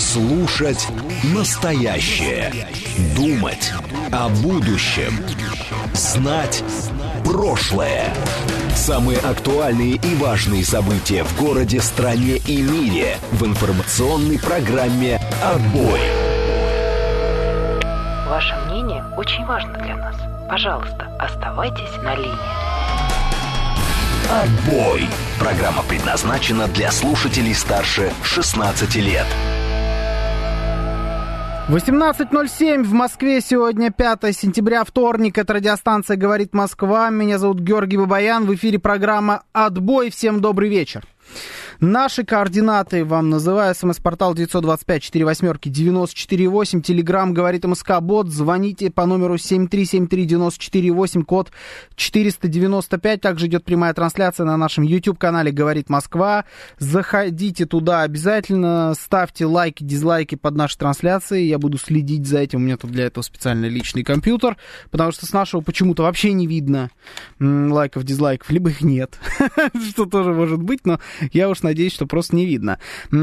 Слушать настоящее. Думать о будущем. Знать прошлое. Самые актуальные и важные события в городе, стране и мире в информационной программе «Отбой». Ваше мнение очень важно для нас. Пожалуйста, оставайтесь на линии. «Отбой». Программа предназначена для слушателей старше 16 лет. 18:07 в Москве. Сегодня 5 сентября, вторник. Это радиостанция «Говорит Москва». Меня зовут Георгий Бабаян. В эфире программа «Отбой». Всем добрый вечер. Наши координаты вам называю. СМС-портал 925-48-94-8. Телеграм «Говорит МСК-бот». Звоните по номеру 7373948, код 495. Также идет прямая трансляция на нашем YouTube-канале «Говорит Москва». Заходите туда обязательно. Ставьте лайки, дизлайки под нашей трансляцией. Я буду следить за этим. У меня тут для этого специальный личный компьютер. Потому что с нашего почему-то вообще не видно лайков, дизлайков. Либо их нет. Что тоже может быть, но я уж надеюсь, что просто не видно.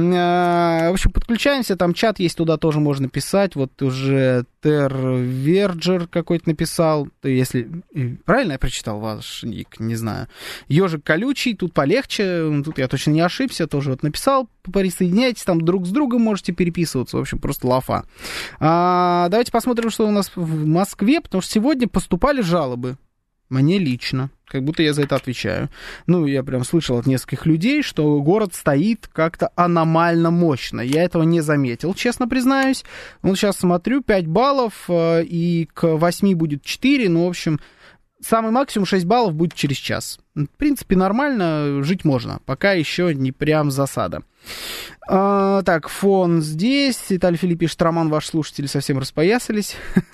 В общем, подключаемся, там чат есть, туда тоже можно писать. Вот уже Терверджер какой-то написал. Если правильно я прочитал ваш ник, не знаю. Ежик колючий, тут полегче. Тут я точно не ошибся, тоже вот написал. Присоединяйтесь, там друг с другом можете переписываться. В общем, просто лафа. Давайте посмотрим, что у нас в Москве, потому что сегодня поступали жалобы. Мне лично. Как будто я за это отвечаю. Ну, я прям слышал от нескольких людей, что город стоит как-то аномально мощно. Я этого не заметил, честно признаюсь. Вот сейчас смотрю, 5 баллов, и к 8 будет 4. Ну, в общем, самый максимум 6 баллов будет через час. В принципе, нормально, жить можно. Пока еще не прям засада. Так, фон здесь. Виталий Филипп пишет: Роман, ваши слушатели совсем распоясались.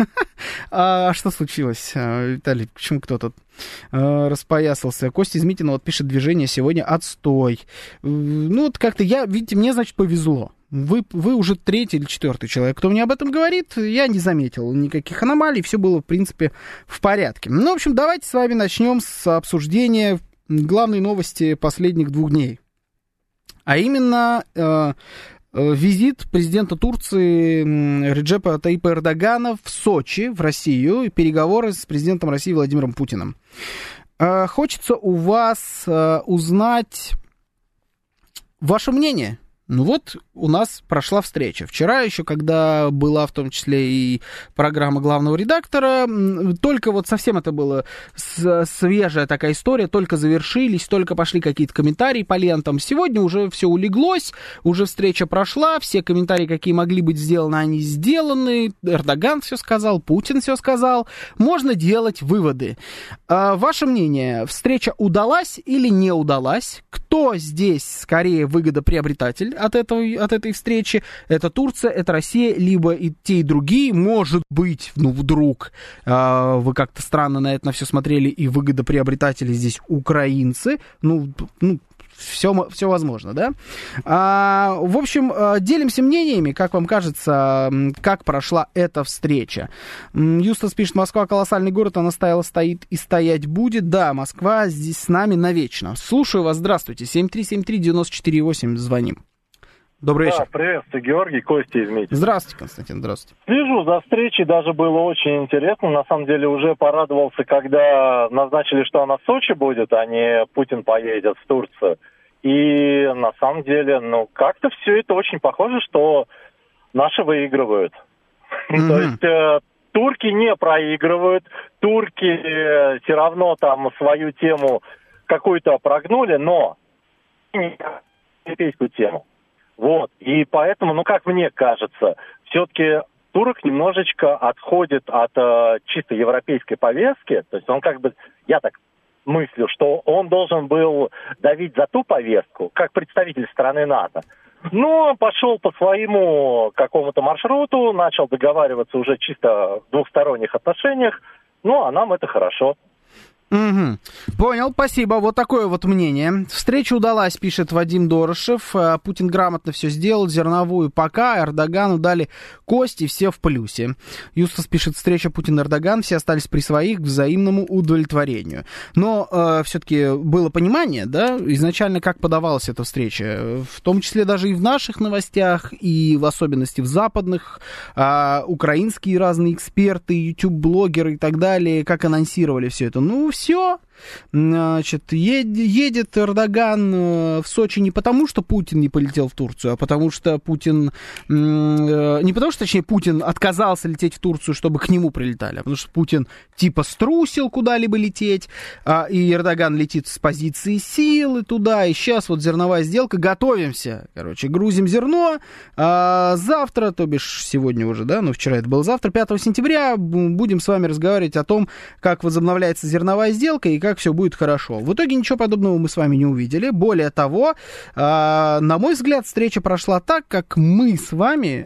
А что случилось, Виталий? Почему кто тут распоясался? Костя из Митина вот пишет: движение сегодня отстой. Ну, вот как-то видите, мне, значит, повезло. Вы уже 3-й или 4-й человек, кто мне об этом говорит. Я не заметил никаких аномалий, все было, в принципе, в порядке. Ну, в общем, давайте с вами начнем с обсуждения главной новости последних 2 дней. А именно визит президента Турции Реджепа Таyyипа Эрдогана в Сочи, в Россию, и переговоры с президентом России Владимиром Путиным. Хочется у вас узнать ваше мнение. Ну вот, у нас прошла встреча. Вчера еще, когда была в том числе и программа главного редактора, только вот совсем это было свежая такая история, только завершились, только пошли какие-то комментарии по лентам. Сегодня уже все улеглось, уже встреча прошла, все комментарии, какие могли быть сделаны, они сделаны. Эрдоган все сказал, Путин все сказал. Можно делать выводы. Ваше мнение, встреча удалась или не удалась? Кто здесь скорее выгодоприобретатель от этой встречи? Это Турция, это Россия, либо и те, и другие. Может быть, вдруг вы как-то странно на это на все смотрели, и выгодоприобретатели здесь украинцы. Все возможно, да? В общем, делимся мнениями, как вам кажется, как прошла эта встреча. Юстас пишет: Москва колоссальный город, она стояла, стоит и стоять будет. Да, Москва здесь с нами навечно. Слушаю вас, здравствуйте. 7373948, звоним. Добрый вечер. Да, приветствую, Георгий, Костя из Митина. Здравствуйте, Константин, здравствуйте. Слежу за встречей, даже было очень интересно. На самом деле уже порадовался, когда назначили, что она в Сочи будет, а не Путин поедет в Турцию. И на самом деле, как-то все это очень похоже, что наши выигрывают. То есть турки не проигрывают, турки все равно там свою тему какую-то прогнули, но не европейскую тему. Вот, и поэтому, как мне кажется, все-таки турок немножечко отходит от чисто европейской повестки, то есть он я так мыслю, что он должен был давить за ту повестку, как представитель страны НАТО. Но пошел по своему какому-то маршруту, начал договариваться уже чисто в двухсторонних отношениях, а нам это хорошо. Угу. Понял, спасибо. Вот такое вот мнение. Встреча удалась, пишет Вадим Дорошев. Путин грамотно все сделал, зерновую пока, Эрдогану дали кости, все в плюсе. Юстас пишет, встреча Путин-Эрдоган, все остались при своих к взаимному удовлетворению. Но все-таки было понимание, да, изначально как подавалась эта встреча, в том числе даже и в наших новостях, и в особенности в западных, украинские разные эксперты, YouTube-блогеры и так далее, как анонсировали все это. Ну, все. Значит, едет Эрдоган в Сочи не потому, что Путин не полетел в Турцию, а потому что Путин... Не потому что, точнее, Путин отказался лететь в Турцию, чтобы к нему прилетали, а потому что Путин типа струсил куда-либо лететь, и Эрдоган летит с позиции силы туда, и сейчас вот зерновая сделка, готовимся, короче, грузим зерно, завтра, то бишь сегодня уже, да, ну вчера это было завтра, 5 сентября, будем с вами разговаривать о том, как возобновляется зерновая сделка и как все будет хорошо. В итоге ничего подобного мы с вами не увидели. Более того, на мой взгляд, встреча прошла так, как мы с вами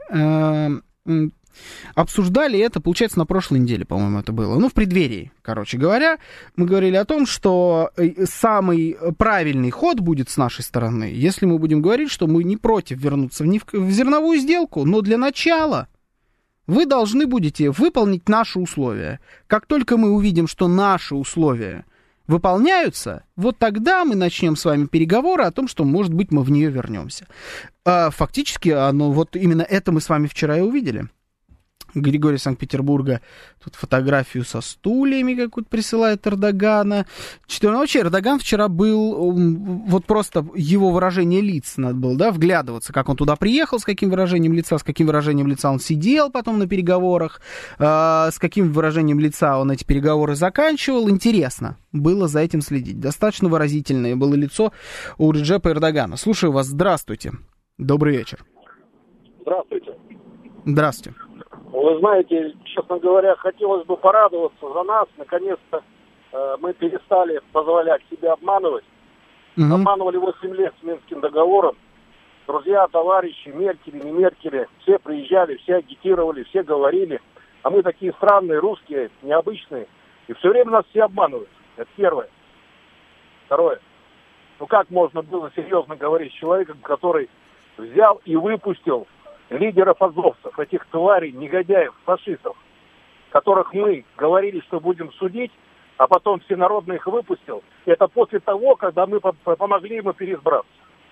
обсуждали это, получается, на прошлой неделе, по-моему, это было. Ну, в преддверии, короче говоря. Мы говорили о том, что самый правильный ход будет с нашей стороны, если мы будем говорить, что мы не против вернуться в зерновую сделку, но для начала вы должны будете выполнить наши условия. Как только мы увидим, что наши условия выполняются, вот тогда мы начнем с вами переговоры о том, что, может быть, мы в нее вернемся. Фактически, вот именно это мы с вами вчера и увидели. Григорий из Санкт-Петербурга тут фотографию со стульями какую-то присылает Эрдогана. Вообще, Эрдоган вчера был, вот просто его выражение лиц надо было, да, вглядываться, как он туда приехал, с каким выражением лица он сидел потом на переговорах, с каким выражением лица он эти переговоры заканчивал. Интересно было за этим следить. Достаточно выразительное было лицо у Реджепа Эрдогана. Слушаю вас, здравствуйте. Добрый вечер. Здравствуйте. Здравствуйте. Вы знаете, честно говоря, хотелось бы порадоваться за нас. Наконец-то мы перестали позволять себя обманывать. Обманывали 8 лет с Минским договором. Друзья, товарищи, Меркель, не Меркель, все приезжали, все агитировали, все говорили. А мы такие странные, русские, необычные. И все время нас все обманывают. Это первое. Второе. Ну как можно было серьезно говорить с человеком, который взял и выпустил лидеров азовцев, этих тварей, негодяев, фашистов, которых мы говорили, что будем судить, а потом всенародно их выпустил. Это после того, когда мы помогли ему переизбраться.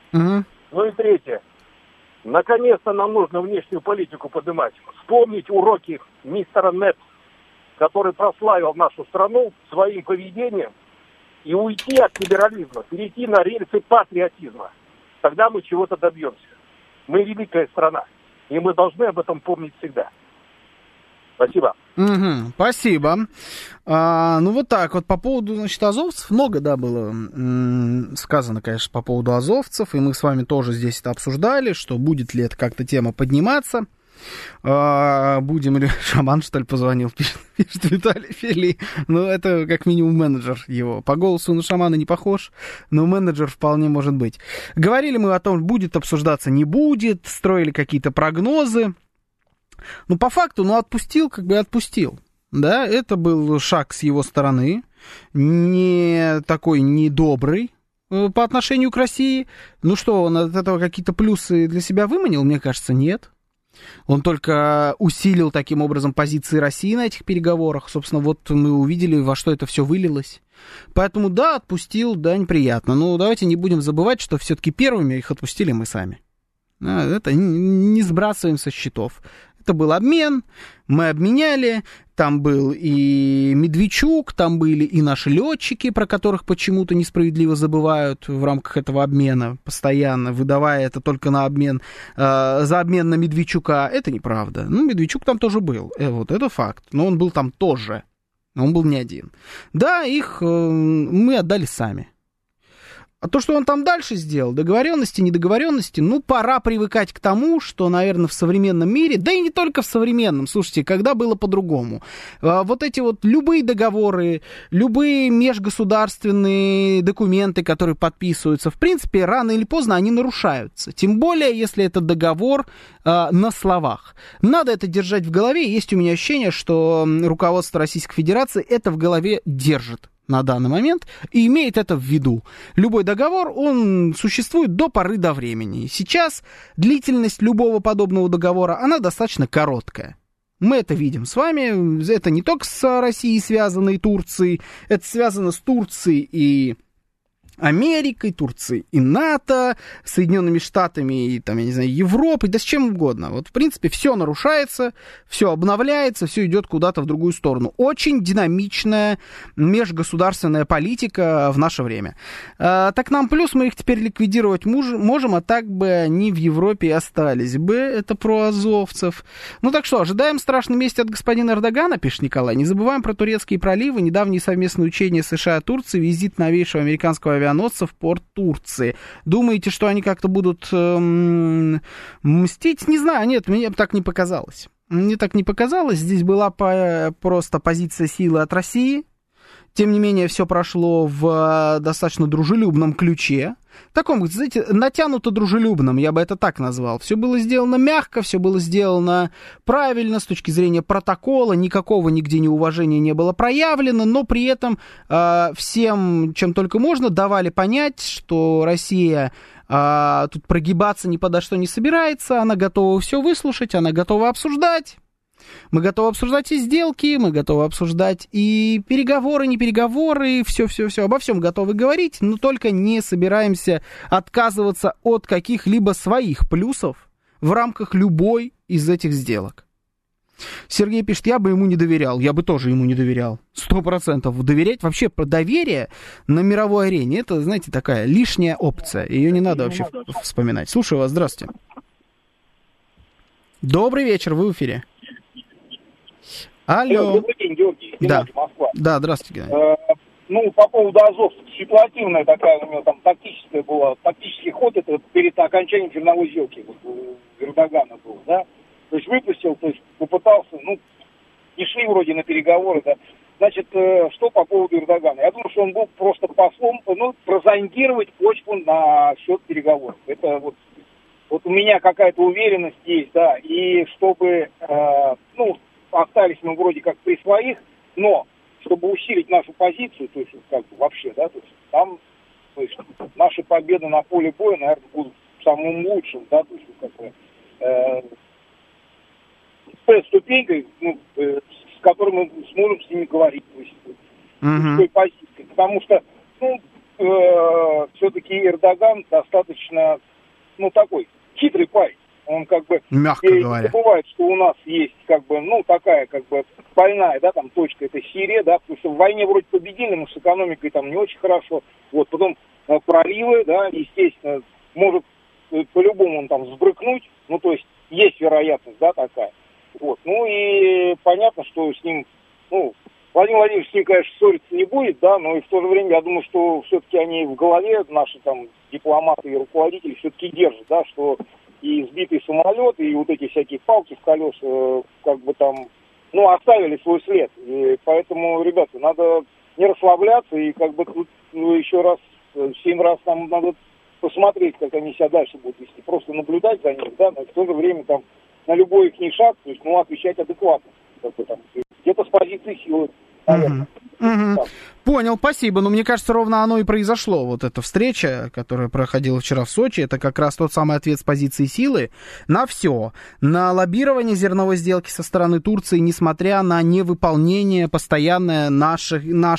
Ну и третье. Наконец-то нам нужно внешнюю политику поднимать. Вспомнить уроки мистера Нет, который прославил нашу страну своим поведением, и уйти от либерализма, перейти на рельсы патриотизма. Тогда мы чего-то добьемся. Мы великая страна. И мы должны об этом помнить всегда. Спасибо. Спасибо. Ну, вот так вот по поводу, значит, азовцев. Много, да, было сказано, конечно, по поводу азовцев. И мы с вами тоже здесь это обсуждали, что будет ли это как-то тема подниматься. Будем ли... Шаман, что ли, позвонил, пишет Виталий Фили. Ну, это как минимум менеджер его. По голосу на шамана не похож, но менеджер вполне может быть. Говорили мы о том, будет обсуждаться, не будет, строили какие-то прогнозы. Ну, по факту, отпустил, как бы отпустил. Да, это был шаг с его стороны, не такой недобрый по отношению к России. Ну что, он от этого какие-то плюсы для себя выманил? Мне кажется, нет. Он только усилил таким образом позиции России на этих переговорах. Собственно, вот мы увидели, во что это все вылилось. Поэтому, да, отпустил, да, неприятно. Но давайте не будем забывать, что все-таки первыми их отпустили мы сами. Это не сбрасываем со счетов. Это был обмен, мы обменяли, там был и Медведчук, там были и наши летчики, про которых почему-то несправедливо забывают в рамках этого обмена, постоянно выдавая это только на обмен, за обмен на Медведчука. Это неправда. Ну, Медведчук там тоже был, вот это факт, но он был там тоже, он был не один. Да, их мы отдали сами. А то, что он там дальше сделал, договоренности, недоговоренности, пора привыкать к тому, что, наверное, в современном мире, да и не только в современном, слушайте, когда было по-другому. Вот эти вот любые договоры, любые межгосударственные документы, которые подписываются, в принципе, рано или поздно они нарушаются. Тем более, если это договор на словах. Надо это держать в голове. Есть у меня ощущение, что руководство Российской Федерации это в голове держит. на данный момент и имеет это в виду. Любой договор, он существует до поры до времени. Сейчас длительность любого подобного договора, она достаточно короткая. Мы это видим с вами. Это не только с Россией связано и Турцией, это связано с Турцией и Америкой, Турцией и НАТО, Соединенными Штатами и, там, я не знаю, Европой, да с чем угодно. Вот, в принципе, все нарушается, все обновляется, все идет куда-то в другую сторону. Очень динамичная межгосударственная политика в наше время. Так нам плюс, мы их теперь ликвидировать можем, а так бы они в Европе и остались бы. Это про азовцев. Ну так что, ожидаем страшной мести от господина Эрдогана, пишет Николай. Не забываем про турецкие проливы, недавние совместные учения США и Турции, визит новейшего американского авианосца в порт Турции. Думаете, что они как-то будут мстить? Не знаю, нет, мне так не показалось. Мне так не показалось. Здесь была просто позиция силы от России. Тем не менее, все прошло в достаточно дружелюбном ключе. Таком, знаете, натянуто дружелюбном, я бы это так назвал. Все было сделано мягко, все было сделано правильно с точки зрения протокола, никакого нигде неуважения не было проявлено, но при этом всем, чем только можно, давали понять, что Россия тут прогибаться ни подо что не собирается, она готова все выслушать, она готова обсуждать. Мы готовы обсуждать и сделки, мы готовы обсуждать и переговоры, не переговоры, все-все-все, обо всем готовы говорить, но только не собираемся отказываться от каких-либо своих плюсов в рамках любой из этих сделок. Сергей пишет, я бы ему не доверял, я бы тоже ему не доверял, 100%. Доверять, вообще про доверие на мировой арене, это, знаете, такая лишняя опция, ее не надо вообще вспоминать. Слушаю вас, здравствуйте. Добрый вечер, вы в эфире. Алло. Добрый день, Георгий. Да. Москва. Да, здравствуйте, Георгий. Ну, по поводу азовцев, ситуативная такая у него там тактическая была, тактический ход, это перед окончанием зерновой сделки у Эрдогана был, да. То есть выпустил, то есть попытался, ну, не шли вроде на переговоры, да. Значит, что по поводу Эрдогана? Я думаю, что он был просто послом, ну, прозондировать почву на счет переговоров. Это вот у меня какая-то уверенность есть, да, и чтобы, ну, остались мы вроде как при своих, но чтобы усилить нашу позицию, то есть как бы вообще, да, то есть там, то есть наши победы на поле боя, наверное, будут самым лучшим, да, то есть как бы ступенькой, ну, с которой мы сможем с ними говорить, то есть с той позиции, потому что, ну, все-таки Эрдоган достаточно, ну, такой хитрый парень. Он как бы мягко говоря. Не забывает, что у нас есть как бы, ну, такая как бы больная, да, там точка, это Сирия, да, потому что в войне вроде победили, но с экономикой там не очень хорошо. Вот, потом проливы, да, естественно, может по-любому он там сбрыкнуть, ну, то есть есть вероятность, да, такая. Вот, ну и понятно, что с ним, ну, Владимир Владимирович с ним, конечно, ссориться не будет, да, но и в то же время я думаю, что все-таки они в голове, наши там дипломаты и руководители все-таки держат, да, что и сбитый самолет, и вот эти всякие палки в колеса, как бы там, ну, оставили свой след. И поэтому, ребята, надо не расслабляться, и как бы тут, ну, еще раз, 7 раз нам надо посмотреть, как они себя дальше будут вести. Просто наблюдать за ними, да, но в то же время там на любой их шаг, то есть, ну, отвечать адекватно. Где-то с позиции силы. Понял, спасибо. Но мне кажется, ровно оно и произошло. Вот эта встреча, которая проходила вчера в Сочи, это как раз тот самый ответ с позиции силы на все. На лоббирование зерновой сделки со стороны Турции, несмотря на невыполнение постоянное наших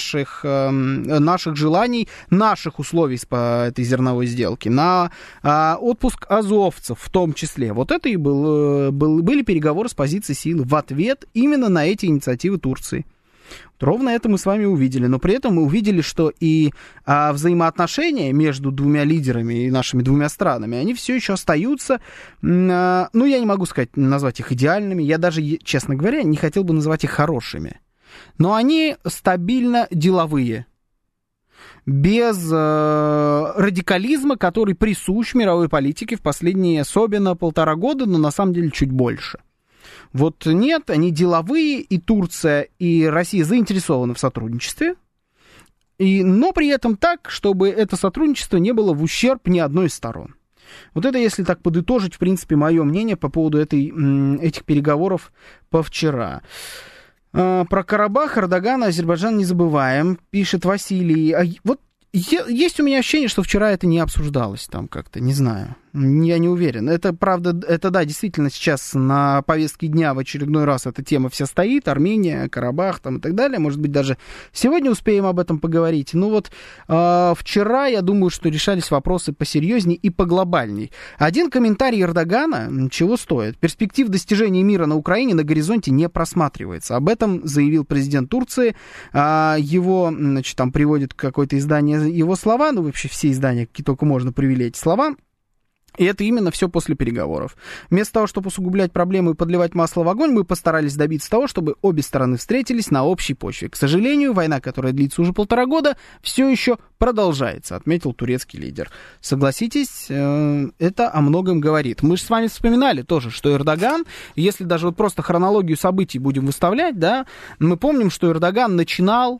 желаний, наших условий по этой зерновой сделке, на отпуск азовцев в том числе. Вот это и были переговоры с позиции силы в ответ именно на эти инициативы Турции. Ровно это мы с вами увидели, но при этом мы увидели, что и взаимоотношения между двумя лидерами и нашими двумя странами, они все еще остаются, ну, я не могу сказать, назвать их идеальными, я даже, честно говоря, не хотел бы называть их хорошими, но они стабильно деловые, без радикализма, который присущ мировой политике в последние особенно 1,5 года, но на самом деле чуть больше. Вот нет, они деловые, и Турция, и Россия заинтересованы в сотрудничестве, но при этом так, чтобы это сотрудничество не было в ущерб ни одной из сторон. Вот это, если так подытожить, в принципе, мое мнение по поводу этих переговоров по вчера. Про Карабах, Эрдоган, Азербайджан не забываем, пишет Василий. Вот есть у меня ощущение, что вчера это не обсуждалось там как-то, не знаю. Я не уверен. Это, правда, это, да, действительно сейчас на повестке дня в очередной раз эта тема вся стоит. Армения, Карабах там и так далее. Может быть, даже сегодня успеем об этом поговорить. Ну вот, вчера, я думаю, что решались вопросы посерьезней и поглобальней. Один комментарий Эрдогана чего стоит? Перспектив достижения мира на Украине на горизонте не просматривается. Об этом заявил президент Турции. Его, значит, там приводит какое-то издание его слова. Ну, вообще все издания, какие только можно, привели эти слова. И это именно все после переговоров. Вместо того, чтобы усугублять проблемы и подливать масло в огонь, мы постарались добиться того, чтобы обе стороны встретились на общей почве. К сожалению, война, которая длится уже 1,5 года, все еще продолжается, отметил турецкий лидер. Согласитесь, это о многом говорит. Мы же с вами вспоминали тоже, что Эрдоган, если даже вот просто хронологию событий будем выставлять, да, мы помним, что Эрдоган начинал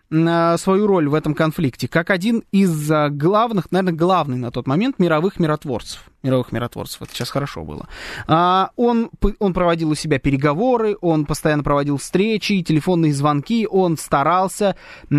свою роль в этом конфликте как один из главных, наверное, главный на тот момент мировых миротворцев. Это сейчас хорошо было. Он проводил у себя переговоры, он постоянно проводил встречи, телефонные звонки, он старался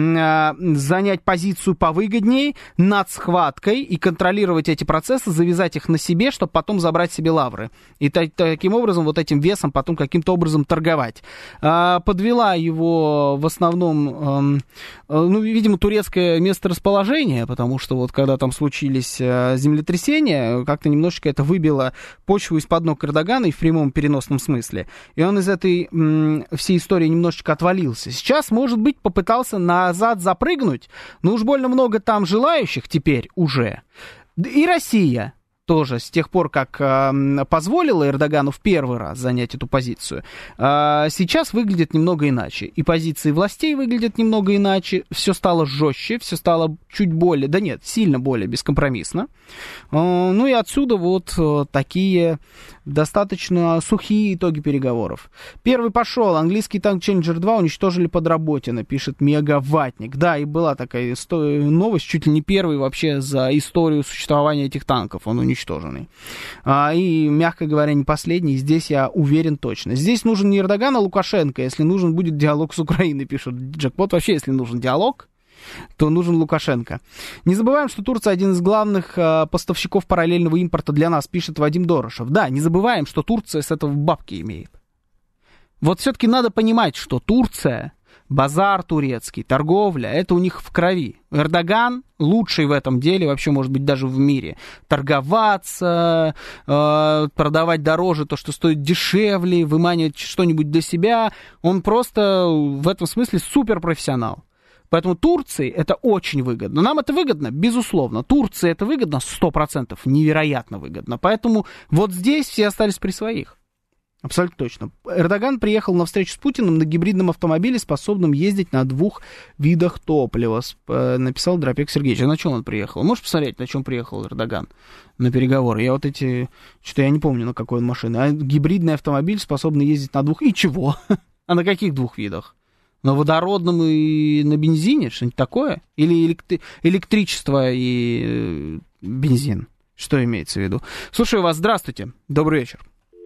занять позицию повыгодней над схваткой и контролировать эти процессы, завязать их на себе, чтобы потом забрать себе лавры. И таким образом, вот этим весом потом каким-то образом торговать. Подвела его в основном, ну, видимо, турецкое месторасположение, потому что вот когда там случились землетрясения, как-то немножечко это выбило почву из-под ног Эрдогана и в прямом переносном смысле. И он из этой всей истории немножечко отвалился. Сейчас, может быть, попытался назад запрыгнуть, но уж больно много там желающих теперь уже. И Россия тоже с тех пор, как позволила Эрдогану в первый раз занять эту позицию, сейчас выглядит немного иначе. И позиции властей выглядят немного иначе, все стало жестче, все стало чуть более, да нет, сильно более бескомпромиссно. Ну и отсюда вот такие достаточно сухие итоги переговоров. Первый пошел, английский танк Challenger 2 уничтожили под Работино, пишет Мегаватник. Да, и была такая новость, чуть ли не первый вообще за историю существования этих танков, он уничтоженный. И, мягко говоря, не последний, здесь я уверен точно. Здесь нужен не Эрдоган, а Лукашенко, если нужен будет диалог с Украиной, пишет Джекпот. Вообще, если нужен диалог, то нужен Лукашенко. Не забываем, что Турция один из главных поставщиков параллельного импорта для нас, пишет Вадим Дорошев. Да, не забываем, что Турция с этого бабки имеет. Вот все-таки надо понимать, что Турция, базар турецкий, торговля, это у них в крови. Эрдоган лучший в этом деле, вообще, может быть, даже в мире. Торговаться, продавать дороже то, что стоит дешевле, выманивать что-нибудь для себя. Он просто в этом смысле суперпрофессионал. Поэтому Турции это очень выгодно. Нам это выгодно, безусловно. Турции это выгодно 100%, невероятно выгодно. Поэтому вот здесь все остались при своих. Абсолютно точно. Эрдоган приехал на встречу с Путиным на гибридном автомобиле, способном ездить на 2 видах топлива, написал Дропек Сергеевич. А на чем он приехал? Можешь посмотреть, на чем приехал Эрдоган на переговоры? Я вот эти... Что-то я не помню, на какой он машине. А гибридный автомобиль, способный ездить на 2... И чего? А на каких 2 видах? На водородном и на бензине? Что-нибудь такое? Или электричество и бензин? Что имеется в виду? Слушаю вас, здравствуйте. Добрый вечер.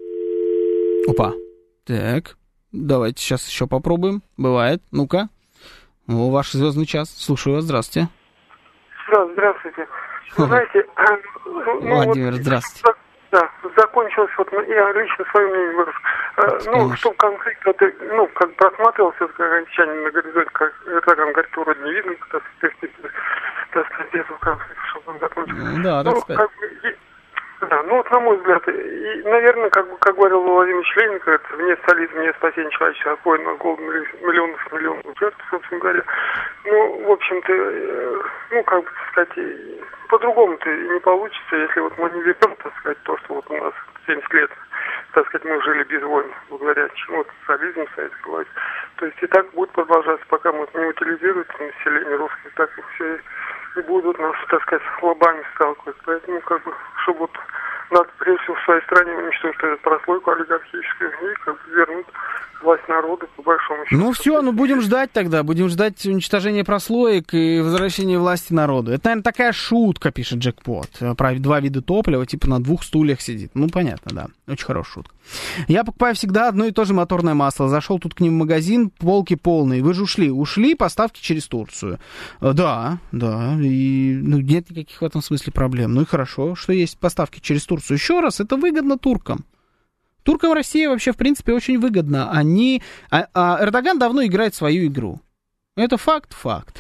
Опа. Так, давайте сейчас еще попробуем. Бывает. Ну-ка. О, ваш звездный час. Слушаю вас, здравствуйте. Здравствуйте. Вы знаете... Владимир, здравствуйте. Да, закончилось, вот я лично свое мнение выражу. Что конфликт, как просматривался, как окончание на горизонте, как Эрдоган говорит, вроде не видно, как перспектива, так сказать, этого конфликта, чтобы он закончился. Да, так сказать. Да, вот на мой взгляд, и, наверное, как говорил Владимир Ленин, вне столицы, вне спасения человечества, от войны, голод миллионов жертв, собственно говоря. В общем-то, так сказать, по-другому-то не получится, если вот мы не вернем, так сказать, то, что вот у нас 70 лет, так сказать, мы жили без войн, благодаря чему-то социализму, советской власти. То есть и так будет продолжаться, пока мы не утилизируем население русское, так и все и будут нас, так сказать, с лобами сталкивать. Поэтому, чтобы вот надо прежде всего в своей стране уничтожить эту прослойку олигархическую и как бы вернуть власть народа, по большому счету. Ну все, будем ждать тогда. Будем ждать уничтожения прослоек и возвращения власти народу. Это, наверное, такая шутка, пишет Джекпот. Про 2 вида топлива, типа на 2 стульях сидит. Ну, понятно, да. Очень хорошая шутка. Я покупаю всегда одно и то же моторное масло. Зашел тут к ним в магазин, полки полные. Вы же ушли поставки через Турцию. Да. И нет никаких в этом смысле проблем. Ну и хорошо, что есть поставки через Турцию. Еще раз, это выгодно туркам. Туркам Россия вообще, в принципе, очень выгодна. Эрдоган давно играет свою игру. Это факт.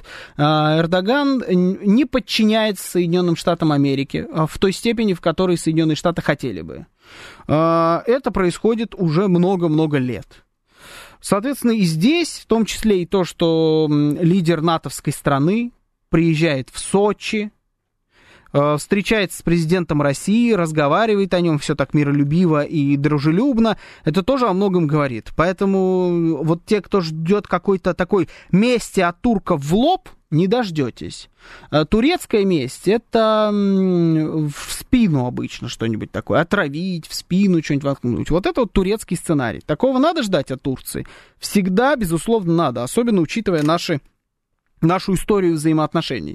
Эрдоган не подчиняется Соединенным Штатам Америки в той степени, в которой Соединенные Штаты хотели бы. Это происходит уже много-много лет. Соответственно, и здесь, в том числе и то, что лидер натовской страны приезжает в Сочи, встречается с президентом России, разговаривает о нем все так миролюбиво и дружелюбно, это тоже о многом говорит. Поэтому вот те, кто ждет какой-то такой мести от турков в лоб, не дождетесь. Турецкая месть — это в спину обычно что-нибудь такое, отравить, в спину что-нибудь воткнуть. Вот это вот турецкий сценарий. Такого надо ждать от Турции? Всегда, безусловно, надо, особенно учитывая нашу историю взаимоотношений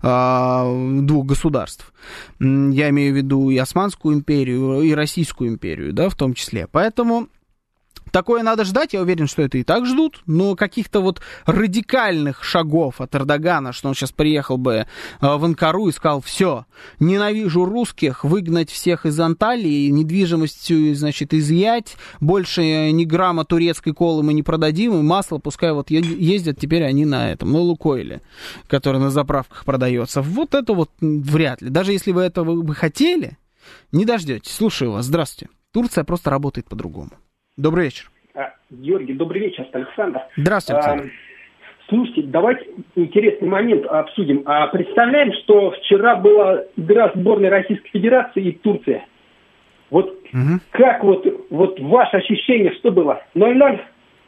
двух государств. Я имею в виду и Османскую империю, и Российскую империю, да, в том числе. Поэтому такое надо ждать, я уверен, что это и так ждут, но каких-то вот радикальных шагов от Эрдогана, что он сейчас приехал бы в Анкару и сказал: все, ненавижу русских, выгнать всех из Анталии, недвижимостью, значит, изъять, больше ни грамма турецкой колы мы не продадим, и масло пускай вот ездят теперь они на Лукойле, который на заправках продается. Вот это вот вряд ли. Даже если вы этого бы хотели, не дождетесь. Слушаю вас, здравствуйте. Турция просто работает по-другому. Добрый вечер. Георгий, добрый вечер, это Александр. Здравствуйте, Александр. Слушайте, давайте интересный момент обсудим. Представляем, что вчера была игра сборной Российской Федерации и Турции. Вот как вот ваше ощущение, что было? 0-0?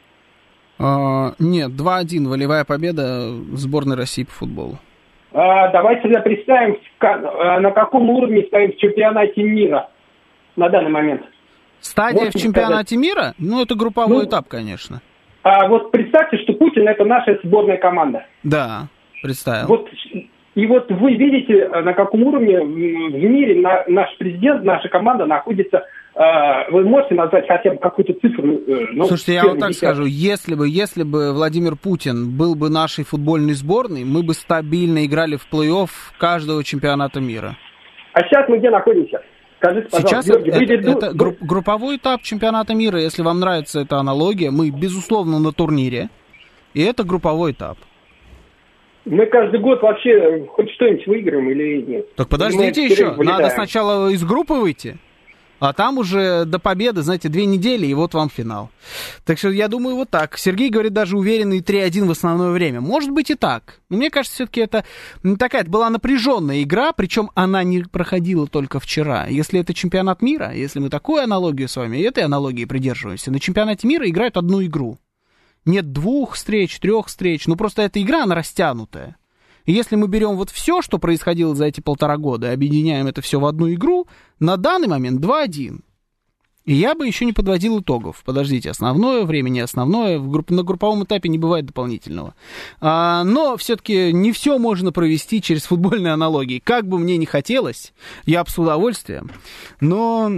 Нет, 2-1, волевая победа сборной России по футболу. Давайте тогда представим, на каком уровне стоим в чемпионате мира на данный момент. Стадия в чемпионате мира? Ну, это групповой этап, конечно. Вот представьте, что Путин — это наша сборная команда. Да, представил. И вот вы видите, на каком уровне в мире наш президент, наша команда находится. Вы можете назвать хотя бы какую-то цифру? Слушайте, я вот так скажу, если бы Владимир Путин был бы нашей футбольной сборной, мы бы стабильно играли в плей-офф каждого чемпионата мира. А сейчас мы где находимся? Скажите, пожалуйста, сейчас это групповой этап чемпионата мира. Если вам нравится эта аналогия, мы, безусловно, на турнире. И это групповой этап. Мы каждый год вообще хоть что-нибудь выиграем или нет? Так подождите еще. Надо сначала из группы выйти. А там уже до победы, знаете, 2 недели, и вот вам финал. Так что я думаю, вот так. Сергей говорит, даже уверенный 3-1 в основное время. Может быть и так. Но мне кажется, все-таки это была напряженная игра, причем она не проходила только вчера. Если это чемпионат мира, если мы такую аналогию с вами, этой аналогии придерживаемся, на чемпионате мира играют одну игру. Нет 2 встреч, 3 встреч. Ну, просто эта игра, она растянутая. И если мы берем вот все, что происходило за эти 1,5 года, и объединяем это все в одну игру, на данный момент 2-1. И я бы еще не подводил итогов. Подождите, основное время, не основное. На групповом этапе не бывает дополнительного. Но все-таки не все можно провести через футбольные аналогии. Как бы мне ни хотелось, я бы с удовольствием, но...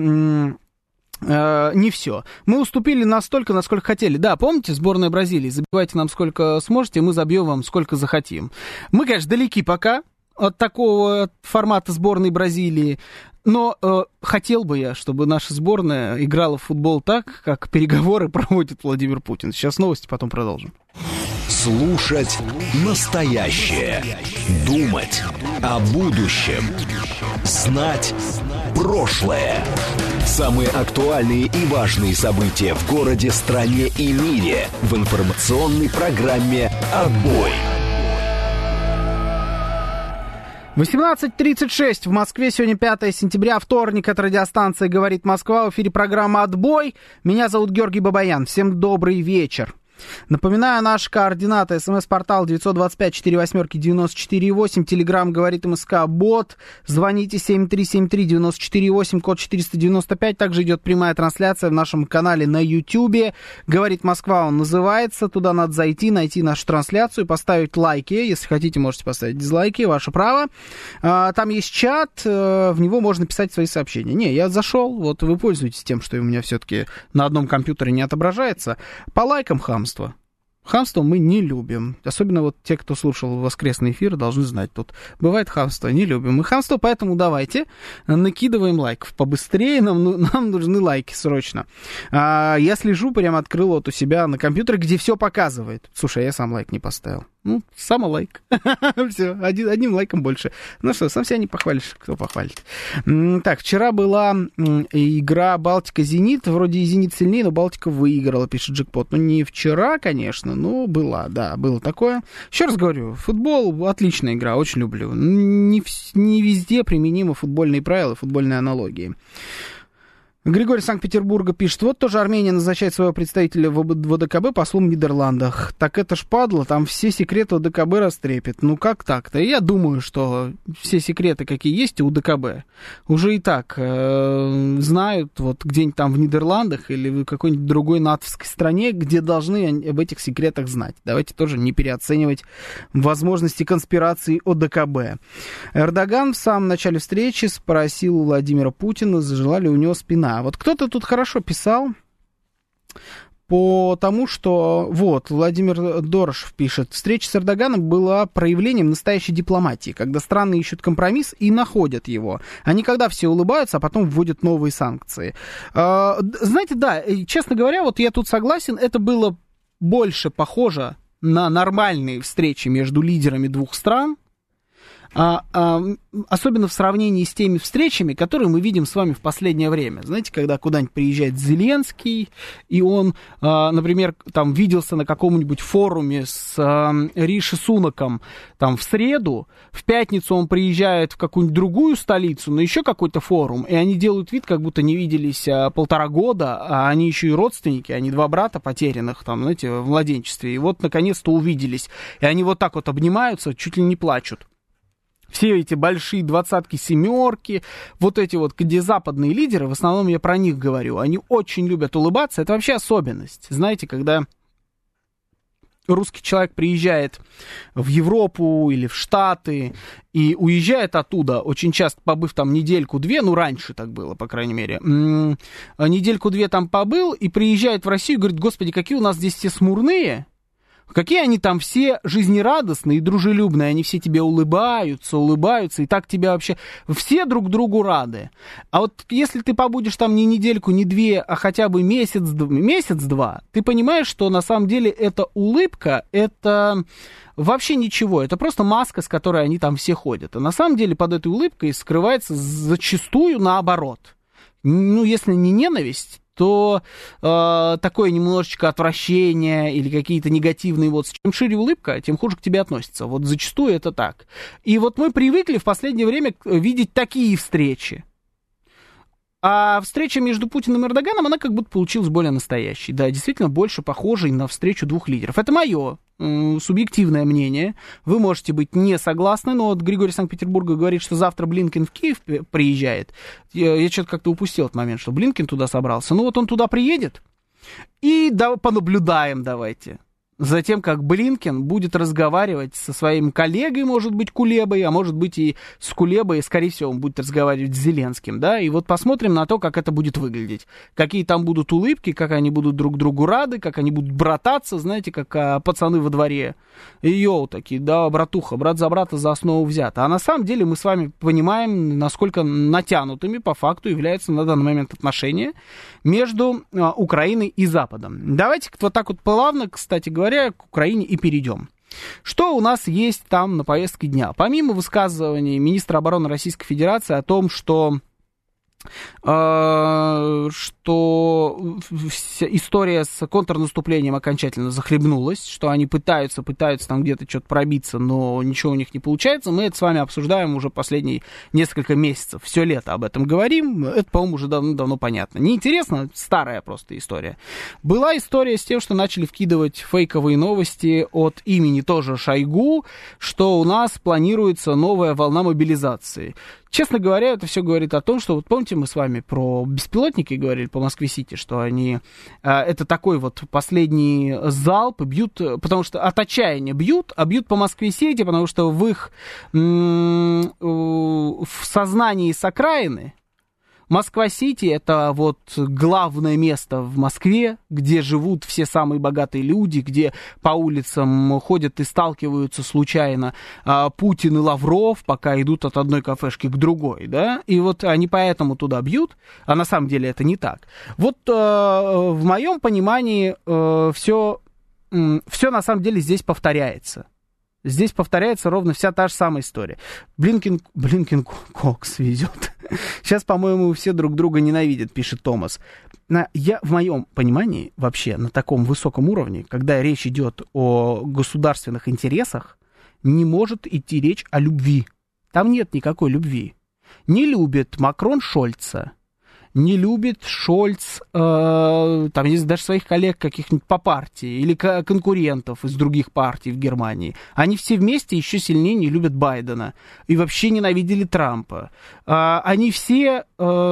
не все. Мы уступили настолько, насколько хотели. Да, помните, сборная Бразилии? Забивайте нам сколько сможете, мы забьем вам сколько захотим. Мы, конечно, далеки пока от такого формата сборной Бразилии, но хотел бы я, чтобы наша сборная играла в футбол так, как переговоры проводит Владимир Путин. Сейчас новости, потом продолжим. Слушать настоящее. Думать о будущем. Знать прошлое. Самые актуальные и важные события в городе, стране и мире в информационной программе «Отбой». 18:36 в Москве. Сегодня 5 сентября, вторник. От радиостанции «Говорит Москва». В эфире программа «Отбой». Меня зовут Георгий Бабаян. Всем добрый вечер. Напоминаю, наши координаты. СМС-портал 925-48-94-8. Телеграм говорит МСК Бот. Звоните 7373-94-8, код 495. Также идет прямая трансляция в нашем канале на Ютьюбе. Говорит Москва, он называется. Туда надо зайти, найти нашу трансляцию, поставить лайки. Если хотите, можете поставить дизлайки, ваше право. Там есть чат, в него можно писать свои сообщения. Не, я зашел, вот вы пользуетесь тем, что у меня все-таки на одном компьютере не отображается. По лайкам хамство. Хамство мы не любим. Особенно вот те, кто слушал воскресный эфир, должны знать. Тут бывает хамство, не любим мы хамство, поэтому давайте накидываем лайков побыстрее. Нам нужны лайки срочно. Я слежу, прям открыл вот у себя на компьютере, где все показывает. Слушай, я сам лайк не поставил. Ну, самолайк. Все, одним лайком больше. Ну что, сам себя не похвалишь, кто похвалит. Так, вчера была игра Балтика-Зенит. Вроде и Зенит сильнее, но Балтика выиграла, пишет Джекпот. Ну, не вчера, конечно, но была, да, было такое. Еще раз говорю, футбол отличная игра, очень люблю. Не везде применимы футбольные правила, футбольные аналогии. Григорий Санкт-Петербурга пишет, вот тоже Армения назначает своего представителя в ОДКБ послом в Нидерландах. Так это ж падло, там все секреты ОДКБ растрепет. Ну как так-то? Я думаю, что все секреты, какие есть у ДКБ, уже и так знают вот где-нибудь там в Нидерландах или в какой-нибудь другой натовской стране, где должны об этих секретах знать. Давайте тоже не переоценивать возможности конспирации ОДКБ. Эрдоган в самом начале встречи спросил у Владимира Путина, зажила ли у него спина. Вот кто-то тут хорошо писал по тому, что... Вот, Владимир Дорошев пишет. Встреча с Эрдоганом была проявлением настоящей дипломатии, когда страны ищут компромисс и находят его. А не когда все улыбаются, а потом вводят новые санкции. Знаете, да, честно говоря, вот я тут согласен, это было больше похоже на нормальные встречи между лидерами двух стран, особенно в сравнении с теми встречами, которые мы видим с вами в последнее время. Знаете, когда куда-нибудь приезжает Зеленский, и он, например, там виделся на каком-нибудь форуме с Риши Сунаком там в среду, в пятницу он приезжает в какую-нибудь другую столицу, на еще какой-то форум, и они делают вид, как будто не виделись 1,5 года, а они еще и родственники, они два брата потерянных, там, знаете, в младенчестве, и вот наконец-то увиделись. И они вот так вот обнимаются, чуть ли не плачут. Все эти большие двадцатки, семерки, вот эти вот, где западные лидеры, в основном я про них говорю, они очень любят улыбаться, это вообще особенность. Знаете, когда русский человек приезжает в Европу или в Штаты и уезжает оттуда, очень часто побыв там недельку-две, ну раньше так было, по крайней мере, недельку-две там побыл и приезжает в Россию и говорит, господи, какие у нас здесь все смурные, какие они там все жизнерадостные и дружелюбные, они все тебе улыбаются, и так тебя вообще... Все друг другу рады. А вот если ты побудешь там не недельку, не две, а хотя бы месяц-два, ты понимаешь, что на самом деле эта улыбка, это вообще ничего. Это просто маска, с которой они там все ходят. А на самом деле под этой улыбкой скрывается зачастую наоборот. Ну, если не ненависть, то такое немножечко отвращение или какие-то негативные эмоции. Чем шире улыбка, тем хуже к тебе относятся. Вот зачастую это так. И вот мы привыкли в последнее время видеть такие встречи. А встреча между Путиным и Эрдоганом, она как будто получилась более настоящей. Да, действительно, больше похожей на встречу двух лидеров. Это мое субъективное мнение. Вы можете быть не согласны, но вот Григорий Санкт-Петербурга говорит, что завтра Блинкен в Киев приезжает. Я что-то как-то упустил этот момент, что Блинкен туда собрался. Ну вот он туда приедет, и понаблюдаем давайте за тем, как Блинкен будет разговаривать со своим коллегой, может быть, Кулебой, а может быть и с Кулебой, скорее всего, он будет разговаривать с Зеленским, да, и вот посмотрим на то, как это будет выглядеть. Какие там будут улыбки, как они будут друг другу рады, как они будут брататься, знаете, как пацаны во дворе. И йоу, такие, да, братуха, брат за брата за основу взято. А на самом деле мы с вами понимаем, насколько натянутыми по факту являются на данный момент отношения между Украиной и Западом. Давайте вот так вот плавно, кстати говоря, к Украине и перейдем. Что у нас есть там на повестке дня? Помимо высказываний министра обороны Российской Федерации о том, что что история с контрнаступлением окончательно захлебнулась, что они пытаются там где-то что-то пробиться, но ничего у них не получается. Мы это с вами обсуждаем уже последние несколько месяцев. Все лето об этом говорим. Это, по-моему, уже давно понятно. Неинтересно, старая просто история. Была история с тем, что начали вкидывать фейковые новости от имени тоже Шойгу, что у нас планируется новая волна мобилизации. Честно говоря, это все говорит о том, что, вот помните, мы с вами про беспилотники говорили по Москве-Сити, что они, это такой вот последний залп, бьют, потому что от отчаяния бьют, а бьют по Москве-Сити, потому что в их в сознании с окраины Москва-Сити — это вот главное место в Москве, где живут все самые богатые люди, где по улицам ходят и сталкиваются случайно Путин и Лавров, пока идут от одной кафешки к другой, да, и вот они поэтому туда бьют, а на самом деле это не так. Вот в моем понимании все на самом деле здесь повторяется. Здесь повторяется ровно вся та же самая история. Блинкен кокс везет. Сейчас, по-моему, все друг друга ненавидят, пишет Томас. В моем понимании, вообще, на таком высоком уровне, когда речь идет о государственных интересах, не может идти речь о любви. Там нет никакой любви. Не любит Макрон Шольца. Не любит Шольц, там есть даже своих коллег каких-нибудь по партии или конкурентов из других партий в Германии. Они все вместе еще сильнее не любят Байдена и вообще ненавидели Трампа. Они все,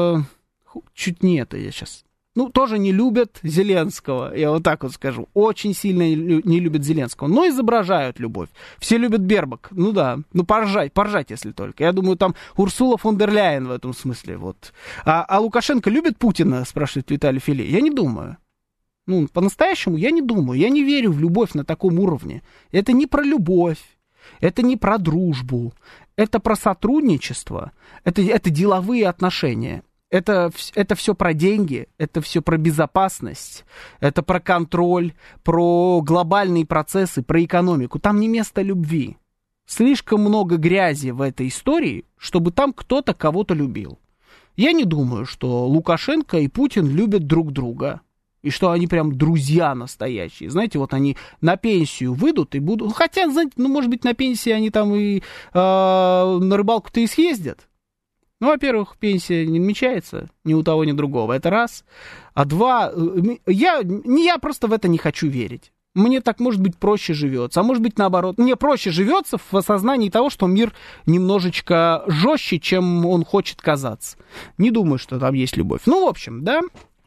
чуть не это я сейчас... тоже не любят Зеленского, я вот так вот скажу. Очень сильно не любят Зеленского, но изображают любовь. Все любят Бербак. Поржать, если только. Я думаю, там Урсула фон дер Ляйен в этом смысле. Вот. А Лукашенко любит Путина, спрашивает Виталий Филе? Я не думаю. По-настоящему я не думаю. Я не верю в любовь на таком уровне. Это не про любовь. Это не про дружбу. Это про сотрудничество. Это деловые отношения. Это все про деньги, это все про безопасность, это про контроль, про глобальные процессы, про экономику. Там не место любви. Слишком много грязи в этой истории, чтобы там кто-то кого-то любил. Я не думаю, что Лукашенко и Путин любят друг друга. И что они прям друзья настоящие. Знаете, вот они на пенсию выйдут и будут... Хотя, знаете, может быть, на пенсии они там и на рыбалку-то и съездят. Во-первых, пенсия не намечается ни у того, ни другого. Это раз. А два, я просто в это не хочу верить. Мне так, может быть, проще живется. А может быть, наоборот. Мне проще живется в осознании того, что мир немножечко жестче, чем он хочет казаться. Не думаю, что там есть любовь. В общем, да.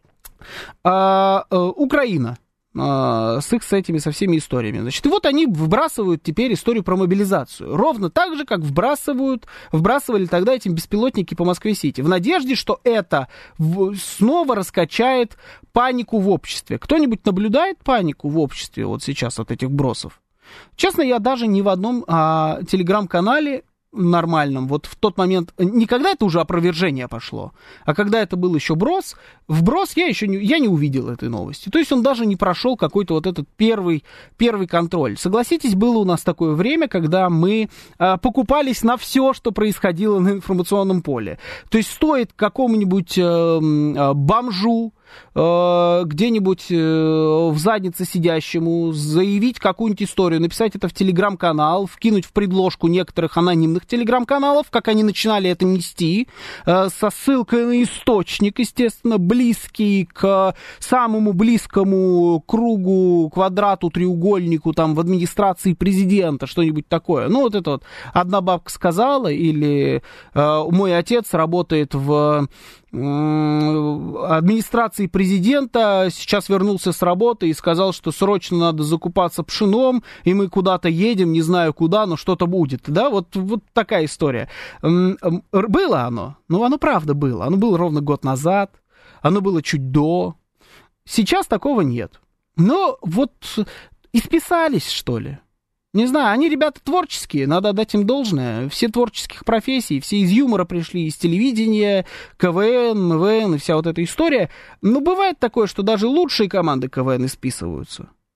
Украина. Со всеми историями. Значит, и вот они вбрасывают теперь историю про мобилизацию. Ровно так же, как вбрасывали тогда эти беспилотники по Москве-Сити. В надежде, что это снова раскачает панику в обществе. Кто-нибудь наблюдает панику в обществе вот сейчас от этих бросов? Честно, я даже ни в одном телеграм-канале нормальном, вот в тот момент, не когда это уже опровержение пошло, а когда это был еще вброс я не увидел этой новости. То есть он даже не прошел какой-то вот этот первый контроль. Согласитесь, было у нас такое время, когда мы покупались на все, что происходило на информационном поле. То есть стоит какому-нибудь бомжу, где-нибудь в заднице сидящему заявить какую-нибудь историю, написать это в телеграм-канал, вкинуть в предложку некоторых анонимных телеграм-каналов, как они начинали это нести, со ссылкой на источник, естественно, близкий к самому близкому кругу, квадрату, треугольнику там в администрации президента, что-нибудь такое. Вот это вот одна бабка сказала, или мой отец работает в администрации президента, сейчас вернулся с работы и сказал, что срочно надо закупаться пшеном, и мы куда-то едем, не знаю куда, но что-то будет, да, вот такая история. Было оно, оно правда было, оно было ровно год назад, оно было чуть до, сейчас такого нет. Но вот исписались, что ли. Не знаю, они ребята творческие, надо отдать им должное. Все творческих профессий, все из юмора пришли, из телевидения, КВН, МВН и вся вот эта история. Но бывает такое, что даже лучшие команды КВН исписываются.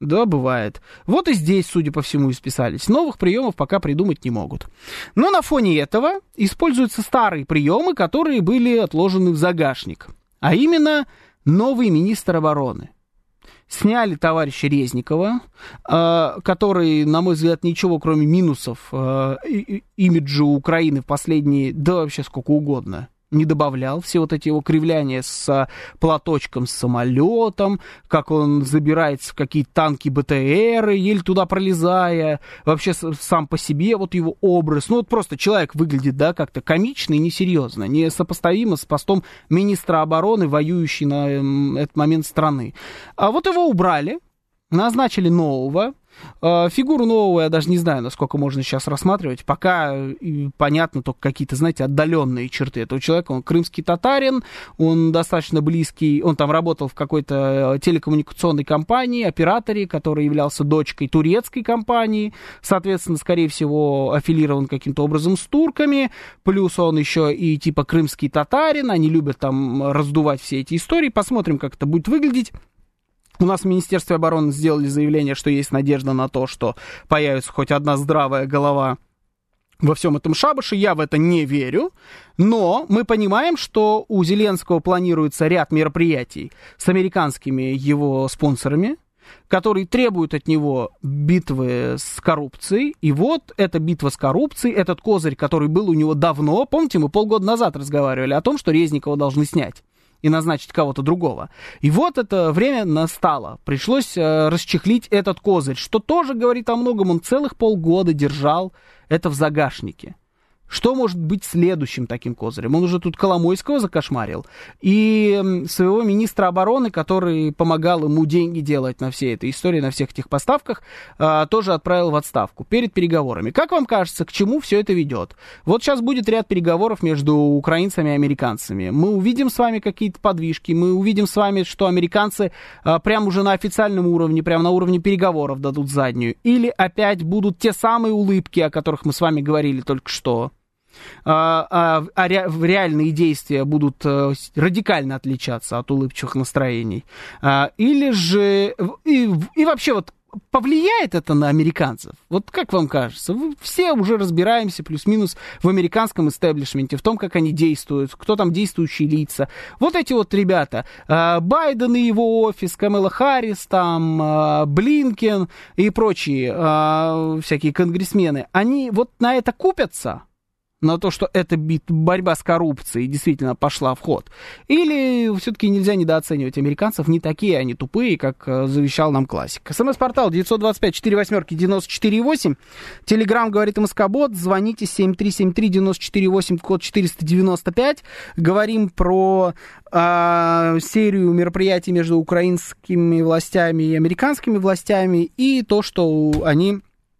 Да, бывает. Вот и здесь, судя по всему, исписались. Новых приемов пока придумать не могут. Но на фоне этого используются старые приемы, которые были отложены в загашник. А именно, новый министр обороны. Сняли товарища Резникова, который, на мой взгляд, ничего, кроме минусов имиджу Украины в последние, да вообще сколько угодно, не добавлял. Все вот эти его кривляния с платочком, с самолетом, как он забирается в какие-то танки БТР, еле туда пролезая, вообще сам по себе вот его образ. Ну вот просто человек выглядит, да, как-то комично и несерьезно, несопоставимо с постом министра обороны, воюющей на этот момент страны. А вот его убрали, назначили нового. Фигуру нового я даже не знаю, насколько можно сейчас рассматривать. Пока понятно только какие-то, знаете, отдаленные черты этого человека. Он крымский татарин, он достаточно близкий, он там работал в какой-то телекоммуникационной компании, операторе, который являлся дочкой турецкой компании. Соответственно, скорее всего, аффилирован каким-то образом с турками. Плюс он еще и типа крымский татарин. Они любят там раздувать все эти истории. Посмотрим, как это будет выглядеть. У нас в Министерстве обороны сделали заявление, что есть надежда на то, что появится хоть одна здравая голова во всем этом шабаше. Я в это не верю, но мы понимаем, что у Зеленского планируется ряд мероприятий с американскими его спонсорами, которые требуют от него битвы с коррупцией. И вот эта битва с коррупцией, этот козырь, который был у него давно, помните, мы полгода назад разговаривали о том, что Резникова должны снять и назначить кого-то другого. И вот это время настало. Пришлось расчехлить этот козырь, что тоже говорит о многом. Он целых полгода держал это в загашнике. Что может быть следующим таким козырем? Он уже тут Коломойского закошмарил. И своего министра обороны, который помогал ему деньги делать на всей этой истории, на всех этих поставках, тоже отправил в отставку перед переговорами. Как вам кажется, к чему все это ведет? Вот сейчас будет ряд переговоров между украинцами и американцами. Мы увидим с вами какие-то подвижки, мы увидим с вами, что американцы прямо уже на официальном уровне, прямо на уровне переговоров дадут заднюю. Или опять будут те самые улыбки, о которых мы с вами говорили только что. Реальные действия будут радикально отличаться от улыбчивых настроений. Или же... И вообще вот повлияет это на американцев? Вот как вам кажется? Все уже разбираемся плюс-минус в американском истеблишменте, в том, как они действуют, кто там действующие лица. Вот эти вот ребята, Байден и его офис, Камала Харрис, там, Блинкен и прочие всякие конгрессмены, они вот на это купятся? На то, что эта борьба с коррупцией действительно пошла в ход? Или все-таки нельзя недооценивать американцев? Не такие они тупые, как завещал нам классик. СМС-портал 925-48-94-8. Телеграм говорит МСК-бот. Звоните 7373-94-8, код 495. Говорим про серию мероприятий между украинскими властями и американскими властями. И то, что они...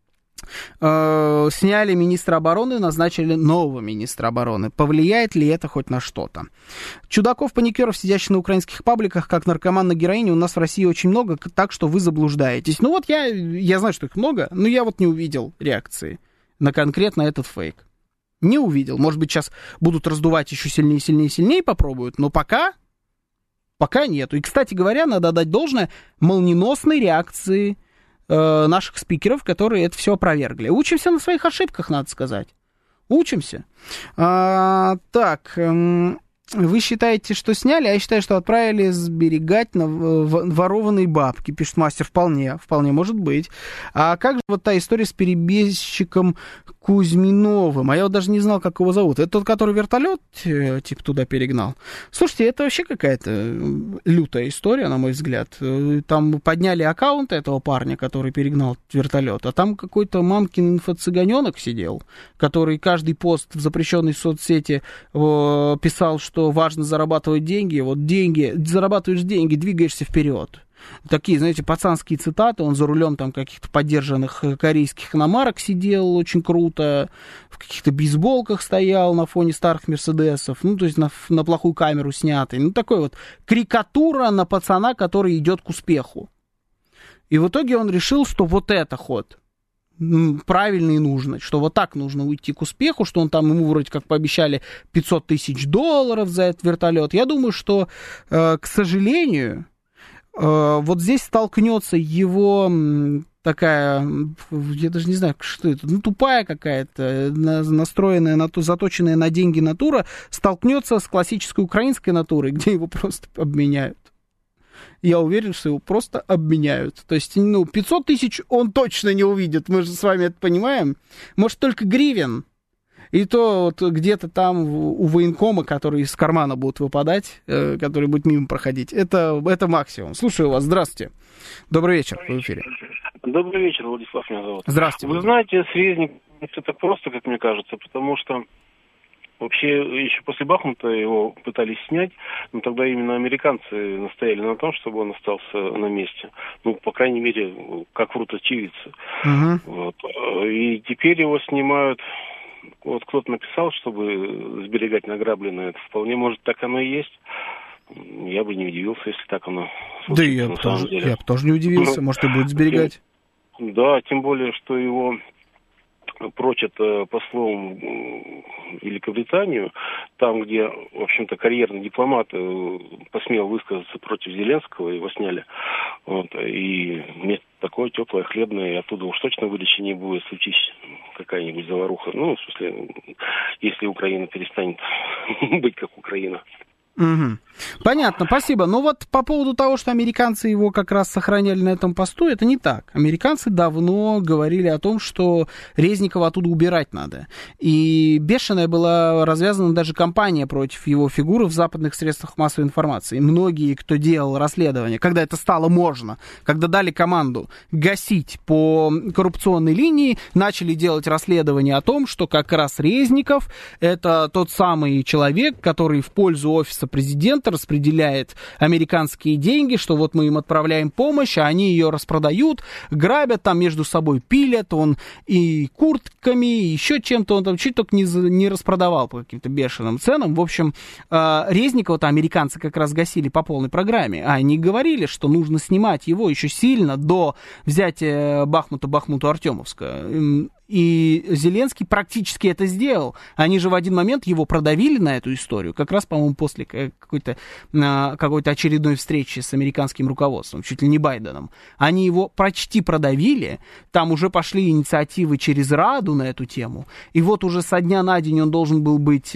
сняли министра обороны, назначили нового министра обороны. Повлияет ли это хоть на что-то? Чудаков-паникеров, сидящих на украинских пабликах, как наркоман на героине, у нас в России очень много, так что вы заблуждаетесь. Ну вот я знаю, что их много, но я вот не увидел реакции на конкретно этот фейк. Не увидел. Может быть, сейчас будут раздувать еще сильнее, сильнее, сильнее, попробуют, но пока нету. И, кстати говоря, надо отдать должное молниеносной реакции наших спикеров, которые это все опровергли. Учимся на своих ошибках, надо сказать. Учимся. Так, вы считаете, что сняли, а я считаю, что отправили сберегать на ворованные бабки, пишет мастер. Вполне может быть. А как же вот та история с перебежчиком Кузьминовым? А я вот даже не знал, как его зовут. Это тот, который вертолет типа туда перегнал? Слушайте, это вообще какая-то лютая история, на мой взгляд. Там подняли аккаунт этого парня, который перегнал вертолет, а там какой-то мамкин инфо-цыганенок сидел, который каждый пост в запрещенной соцсети писал, что важно зарабатывать деньги. Вот деньги, зарабатываешь деньги, двигаешься вперед. Такие, знаете, пацанские цитаты. Он за рулем там каких-то подержанных корейских иномарок сидел, очень круто. В каких-то бейсболках стоял на фоне старых мерседесов. Ну, то есть на плохую камеру снятый. Ну, такой вот карикатура на пацана, который идет к успеху. И в итоге он решил, что вот это ход правильно и нужно, что вот так нужно уйти к успеху, что он там, ему вроде как пообещали $500 000 за этот вертолет. Я думаю, что, к сожалению, вот здесь столкнется его такая, я даже не знаю, что это, тупая какая-то, настроенная, заточенная на деньги натура, столкнется с классической украинской натурой, где его просто обменяют. Я уверен, что его просто обменяют. То есть, 500 тысяч он точно не увидит, мы же с вами это понимаем. Может, только гривен. И то вот где-то там у военкома, которые из кармана будут выпадать, который будет мимо проходить, это максимум. Слушаю вас, здравствуйте. Добрый вечер, в эфире. Добрый вечер, Владислав меня зовут. Здравствуйте. Вы знаете, с Резником все так просто, как мне кажется, потому что вообще еще после Бахмута его пытались снять, но тогда именно американцы настояли на том, чтобы он остался на месте. По крайней мере, как врут очевидцы. Вот. И теперь его снимают. Вот кто-то написал, чтобы сберегать награбленное. Это вполне может так оно и есть. Я бы не удивился, если так оно случится. Да я бы тоже не удивился. Может, и будет сберегать. Да, тем более, что его прочат послом в Великобританию, там, где, в общем-то, карьерный дипломат посмел высказаться против Зеленского, его сняли. Вот, и место такое теплое, хлебное, и оттуда уж точно выдачи не будет, случись какая-нибудь заваруха. В смысле, если Украина перестанет быть как Украина. Угу. Понятно, спасибо. Но вот по поводу того, что американцы его как раз сохраняли на этом посту, это не так. Американцы давно говорили о том, что Резникова оттуда убирать надо. И бешеная была развязана даже кампания против его фигуры в западных средствах массовой информации. Многие, кто делал расследование, когда это стало можно, когда дали команду гасить по коррупционной линии, начали делать расследование о том, что как раз Резников это тот самый человек, который в пользу офиса президента распределяет американские деньги, что вот мы им отправляем помощь, а они ее распродают, грабят, там между собой пилят, он и куртками, и еще чем-то, он там чуть только не распродавал по каким-то бешеным ценам. В общем, Резникова-то американцы как раз гасили по полной программе, а они говорили, что нужно снимать его еще сильно до взятия Бахмута-Артемовска. И Зеленский практически это сделал. Они же в один момент его продавили на эту историю, как раз, по-моему, после какой-то очередной встречи с американским руководством, чуть ли не Байденом. Они его почти продавили, там уже пошли инициативы через Раду на эту тему, и вот уже со дня на день он должен был быть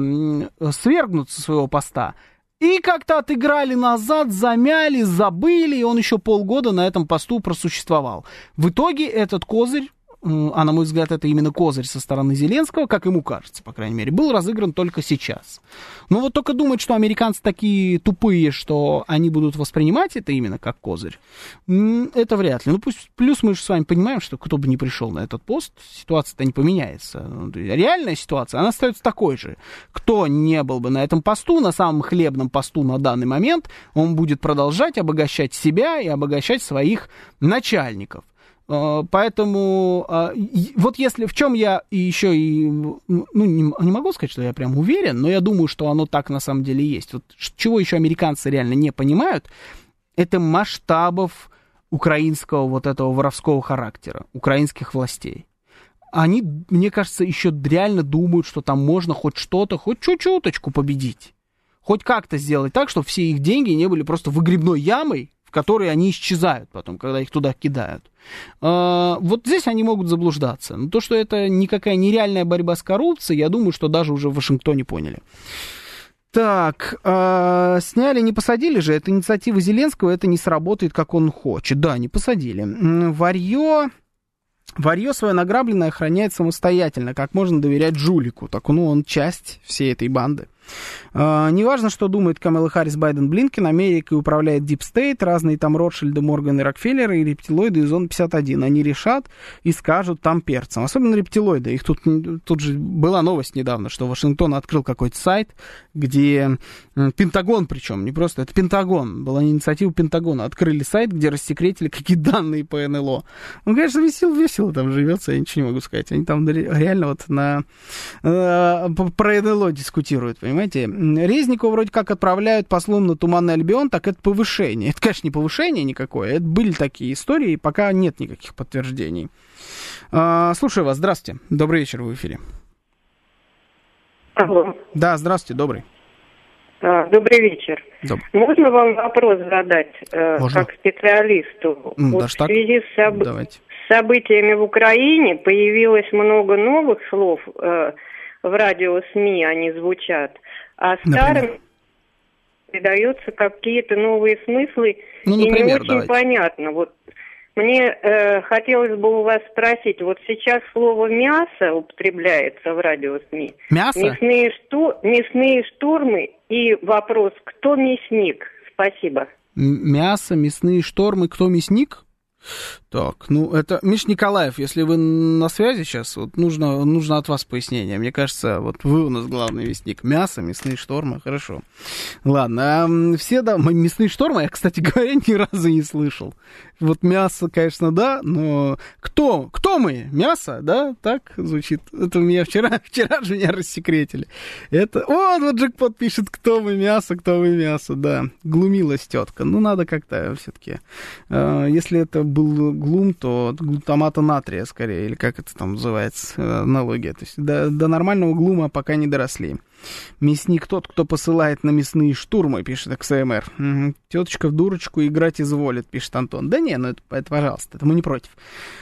свергнут со своего поста. И как-то отыграли назад, замяли, забыли, и он еще полгода на этом посту просуществовал. В итоге этот козырь, а на мой взгляд, это именно козырь со стороны Зеленского, как ему кажется, по крайней мере, был разыгран только сейчас. Но вот только думать, что американцы такие тупые, что они будут воспринимать это именно как козырь, это вряд ли. Плюс мы же с вами понимаем, что кто бы ни пришел на этот пост, ситуация-то не поменяется. Реальная ситуация, она остается такой же. Кто не был бы на этом посту, на самом хлебном посту на данный момент, он будет продолжать обогащать себя и обогащать своих начальников. Поэтому вот если в чем я еще не могу сказать, что я прям уверен, но я думаю, что оно так на самом деле есть. Вот чего еще американцы реально не понимают, это масштабов украинского вот этого воровского характера, украинских властей. Они, мне кажется, еще реально думают, что там можно хоть что-то, хоть чуть-чуточку победить. Хоть как-то сделать так, чтобы все их деньги не были просто выгребной ямой, в которой они исчезают потом, когда их туда кидают. Вот здесь они могут заблуждаться. Но то, что это никакая нереальная борьба с коррупцией, я думаю, что даже уже в Вашингтоне поняли. Так, сняли, не посадили же. Это инициатива Зеленского, это не сработает, как он хочет. Да, не посадили. Варьё свое награбленное охраняет самостоятельно. Как можно доверять жулику? Так, он часть всей этой банды. Неважно, что думает Камала Харрис, Байден, Блинкен, Америкой управляет Deep State, разные там Ротшильды, Морганы, Рокфеллеры и рептилоиды из Зоны 51. Они решат и скажут там перцам. Особенно рептилоиды. Их тут же была новость недавно, что Вашингтон открыл какой-то сайт, где Пентагон, причем, не просто, это Пентагон, была инициатива Пентагона. Открыли сайт, где рассекретили какие-то данные по НЛО. Конечно, весело там живется, я ничего не могу сказать. Они там реально вот про НЛО дискутируют, понимаете? Резникова вроде как отправляют послом на Туманный Альбион, так это повышение. Это, конечно, не повышение никакое, это были такие истории, пока нет никаких подтверждений. Слушаю вас, здравствуйте. Добрый вечер, вы в эфире. Алло. Да, здравствуйте, добрый. Добрый вечер. Можно вам вопрос задать как специалисту? Вот в связи с событиями в Украине появилось много новых слов в радио СМИ, они звучат, а старым передаются какие-то новые смыслы, и не очень понятно. Вот мне хотелось бы у вас спросить, вот сейчас слово «мясо» употребляется в радио СМИ. Мясо? Мясные штурмы и вопрос, кто мясник? Спасибо. Мясо, мясные штормы, кто мясник? Так, ну это Миш Николаев, если вы на связи сейчас, вот нужно от вас пояснение. Мне кажется, вот вы у нас главный мясник. Мясо, мясные штормы, хорошо. Ладно, мясные штормы, я, кстати говоря, ни разу не слышал. Вот мясо, конечно, да, но кто мы? Мясо, да? Так звучит. Это у меня вчера же меня рассекретили. Это, вот джекпот пишет, кто мы мясо, да. Глумилась тетка. Ну, надо как-то все-таки, если это был глум, то глутамата натрия скорее, или как это там называется, аналогия. То есть до нормального глума пока не доросли. Мясник тот, кто посылает на мясные штурмы, пишет XMR. Теточка в дурочку играть изволит, пишет Антон. Да не, ну это пожалуйста, это мы не против.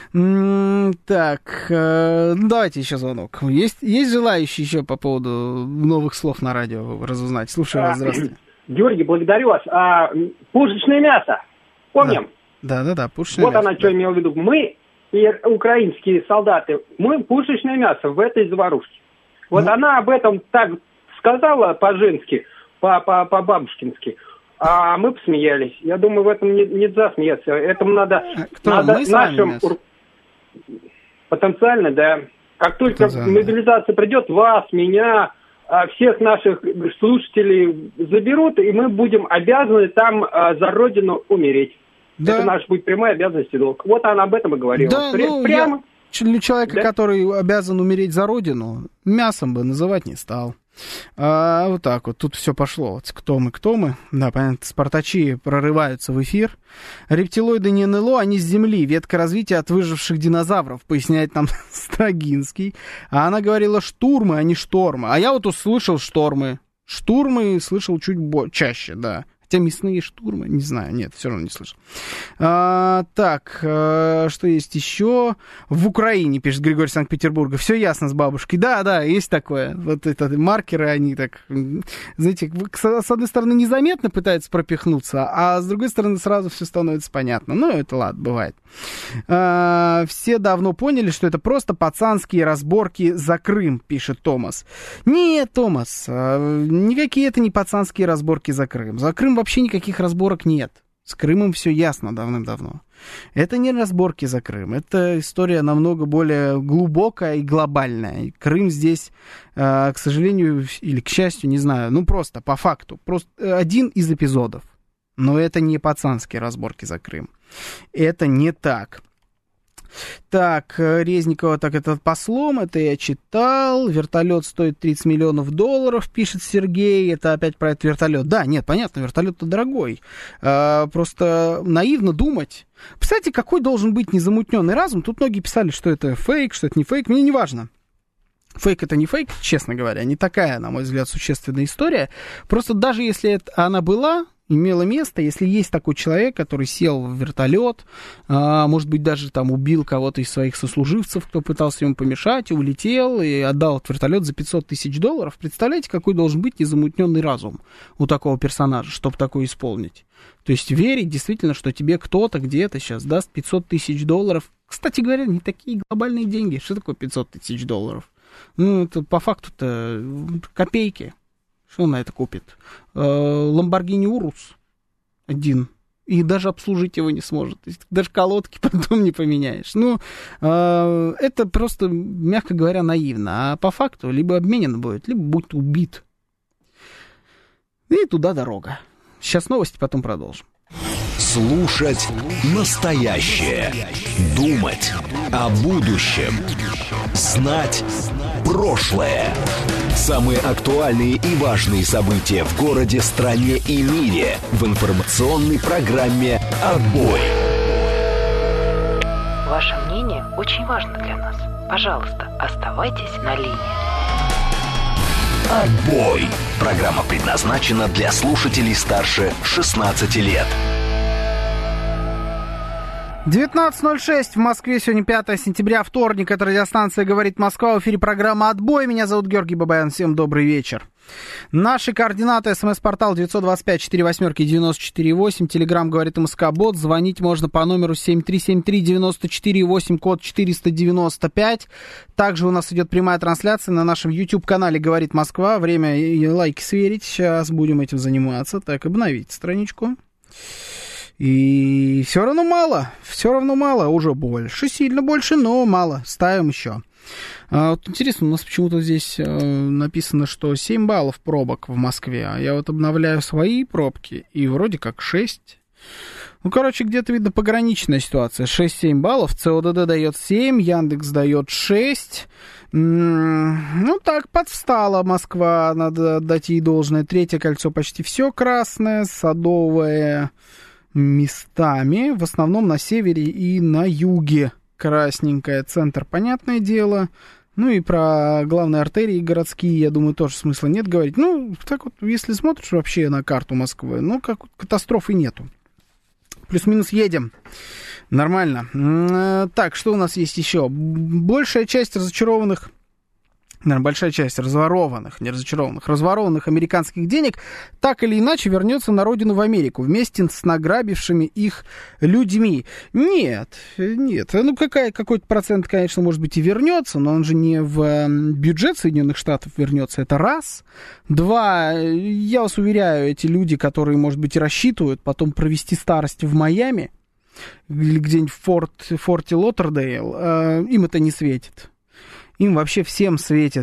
Так, давайте еще звонок. Есть желающие еще по поводу новых слов на радио разузнать? Слушаю вас, здравствуйте. Георгий, благодарю вас. Пушечное мясо, помним? Да, пушечное мясо. Вот она, что имела в виду. Мы, и украинские солдаты, мы пушечное мясо в этой заварушке. Вот она об этом так сказала по-женски, по-бабушкински, а мы посмеялись. Я думаю, в этом нельзя смеяться. Этому надо нашим... Потенциально, да. Как только мобилизация придет, вас, меня, всех наших слушателей заберут, и мы будем обязаны там за родину умереть. Да. Это наша будет прямая обязанность и долг. Вот она об этом и говорила. Да, прямо. Для человека, который обязан умереть за родину, мясом бы называть не стал. Вот так вот, тут все пошло. Вот кто мы. Да, понятно, спартачи прорываются в эфир. Рептилоиды не НЛО, они с Земли. Ветка развития от выживших динозавров, поясняет нам Строгинский. А она говорила штурмы, а не штормы. А я вот услышал штормы. Штурмы слышал чуть чаще, да. Хотя мясные штурмы, не знаю, нет, все равно не слышал. Так, что есть еще? В Украине, пишет Григорий Санкт-Петербурга, все ясно с бабушкой. Да, есть такое. Вот это маркеры, они так, знаете, с одной стороны незаметно пытаются пропихнуться, а с другой стороны сразу все становится понятно. Ну, это ладно, бывает. Все давно поняли, что это просто пацанские разборки за Крым, пишет Томас. Нет, Томас, никакие это не пацанские разборки за Крым. За Крым вообще никаких разборок нет. С Крымом все ясно давным-давно. Это не разборки за Крым. Это история намного более глубокая и глобальная. Крым здесь, к сожалению, или к счастью, не знаю, ну просто по факту. Просто один из эпизодов. Но это не пацанские разборки за Крым. Это не так. Так, Резникова, так это послом, это я читал. Вертолет стоит $30 миллионов, пишет Сергей. Это опять про этот вертолет. Да, нет, понятно, вертолет-то дорогой. Просто наивно думать. Представляете, какой должен быть незамутненный разум? Тут многие писали, что это фейк, что это не фейк. Мне не важно. Фейк это не фейк, честно говоря. Не такая, на мой взгляд, существенная история. Просто даже если она была, имело место, если есть такой человек, который сел в вертолет, может быть, даже там убил кого-то из своих сослуживцев, кто пытался ему помешать, улетел и отдал этот вертолет за $500 тысяч, представляете, какой должен быть незамутненный разум у такого персонажа, чтобы такое исполнить? То есть верить действительно, что тебе кто-то где-то сейчас даст $500 тысяч. Кстати говоря, не такие глобальные деньги. Что такое $500 тысяч? Ну, это по факту-то копейки. Что он на это купит? Lamborghini Urus один. И даже обслужить его не сможет. То есть, даже колодки потом не поменяешь. Ну, это просто, мягко говоря, наивно. А по факту либо обменен будет, либо будет убит. И туда дорога. Сейчас новости, потом продолжим. Слушать настоящее. Думать о будущем. Знать прошлое. Самые актуальные и важные события в городе, стране и мире в информационной программе «Отбой». Ваше мнение очень важно для нас. Пожалуйста, оставайтесь на линии. Отбой. Программа предназначена для слушателей старше 16 лет. 19:06 в Москве, сегодня 5 сентября, вторник, это радиостанция «Говорит Москва», в эфире программа «Отбой», меня зовут Георгий Бабаян, всем добрый вечер. Наши координаты: смс-портал 925-48-94-8, телеграмм «Говорит МСК-бот», звонить можно по номеру 7373948, код 495. Также у нас идет прямая трансляция на нашем YouTube-канале «Говорит Москва», время и лайки сверить, сейчас будем этим заниматься. Так, обновить страничку. И все равно мало, уже больше, сильно больше, но мало, ставим еще. Вот интересно, у нас почему-то здесь написано, что 7 баллов пробок в Москве, а я вот обновляю свои пробки, и вроде как 6. Ну, короче, где-то, видно, пограничная ситуация. 6-7 баллов, ЦОДД дает 7, Яндекс дает 6. Ну, так, подвстала Москва, надо отдать ей должное. Третье кольцо почти все красное, Садовое местами, в основном на севере и на юге красненькое, центр, понятное дело. Ну и про главные артерии городские, я думаю, тоже смысла нет говорить. Ну, так вот, если смотришь вообще на карту Москвы, ну, как катастрофы нету. Плюс-минус едем. Нормально. Так, что у нас есть еще? Большая часть разочарованных, наверное, большая часть разворованных, не разочарованных, разворованных американских денег так или иначе вернется на родину в Америку вместе с награбившими их людьми. Нет. Ну, какой-то процент, конечно, может быть и вернется, но он же не в бюджет Соединенных Штатов вернется. Это раз. Два, я вас уверяю, эти люди, которые, может быть, и рассчитывают потом провести старость в Майами или где-нибудь в Форте Лоттердейл, им это не светит. Им вообще всем светит,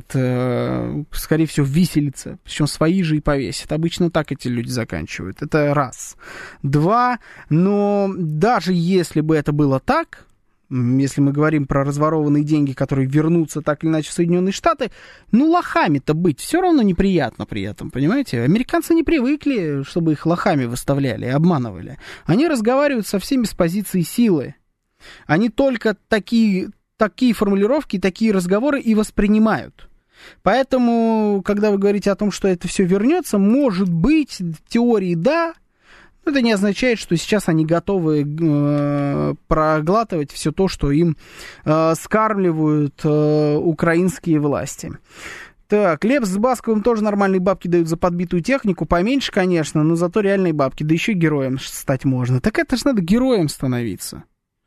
скорее всего, виселица. Причем свои же и повесят. Обычно так эти люди заканчивают. Это раз. Два, но даже если бы это было так, если мы говорим про разворованные деньги, которые вернутся так или иначе в Соединенные Штаты, ну, лохами-то быть все равно неприятно при этом, понимаете? Американцы не привыкли, чтобы их лохами выставляли и обманывали. Они разговаривают со всеми с позиции силы. Они только такие формулировки, такие разговоры и воспринимают. Поэтому, когда вы говорите о том, что это все вернется, может быть, в теории да, но это не означает, что сейчас они готовы проглатывать все то, что им скармливают украинские власти. Так, Лепс с Басковым тоже нормальные бабки дают за подбитую технику, поменьше, конечно, но зато реальные бабки, да еще героем стать можно. Так это же надо героем становиться.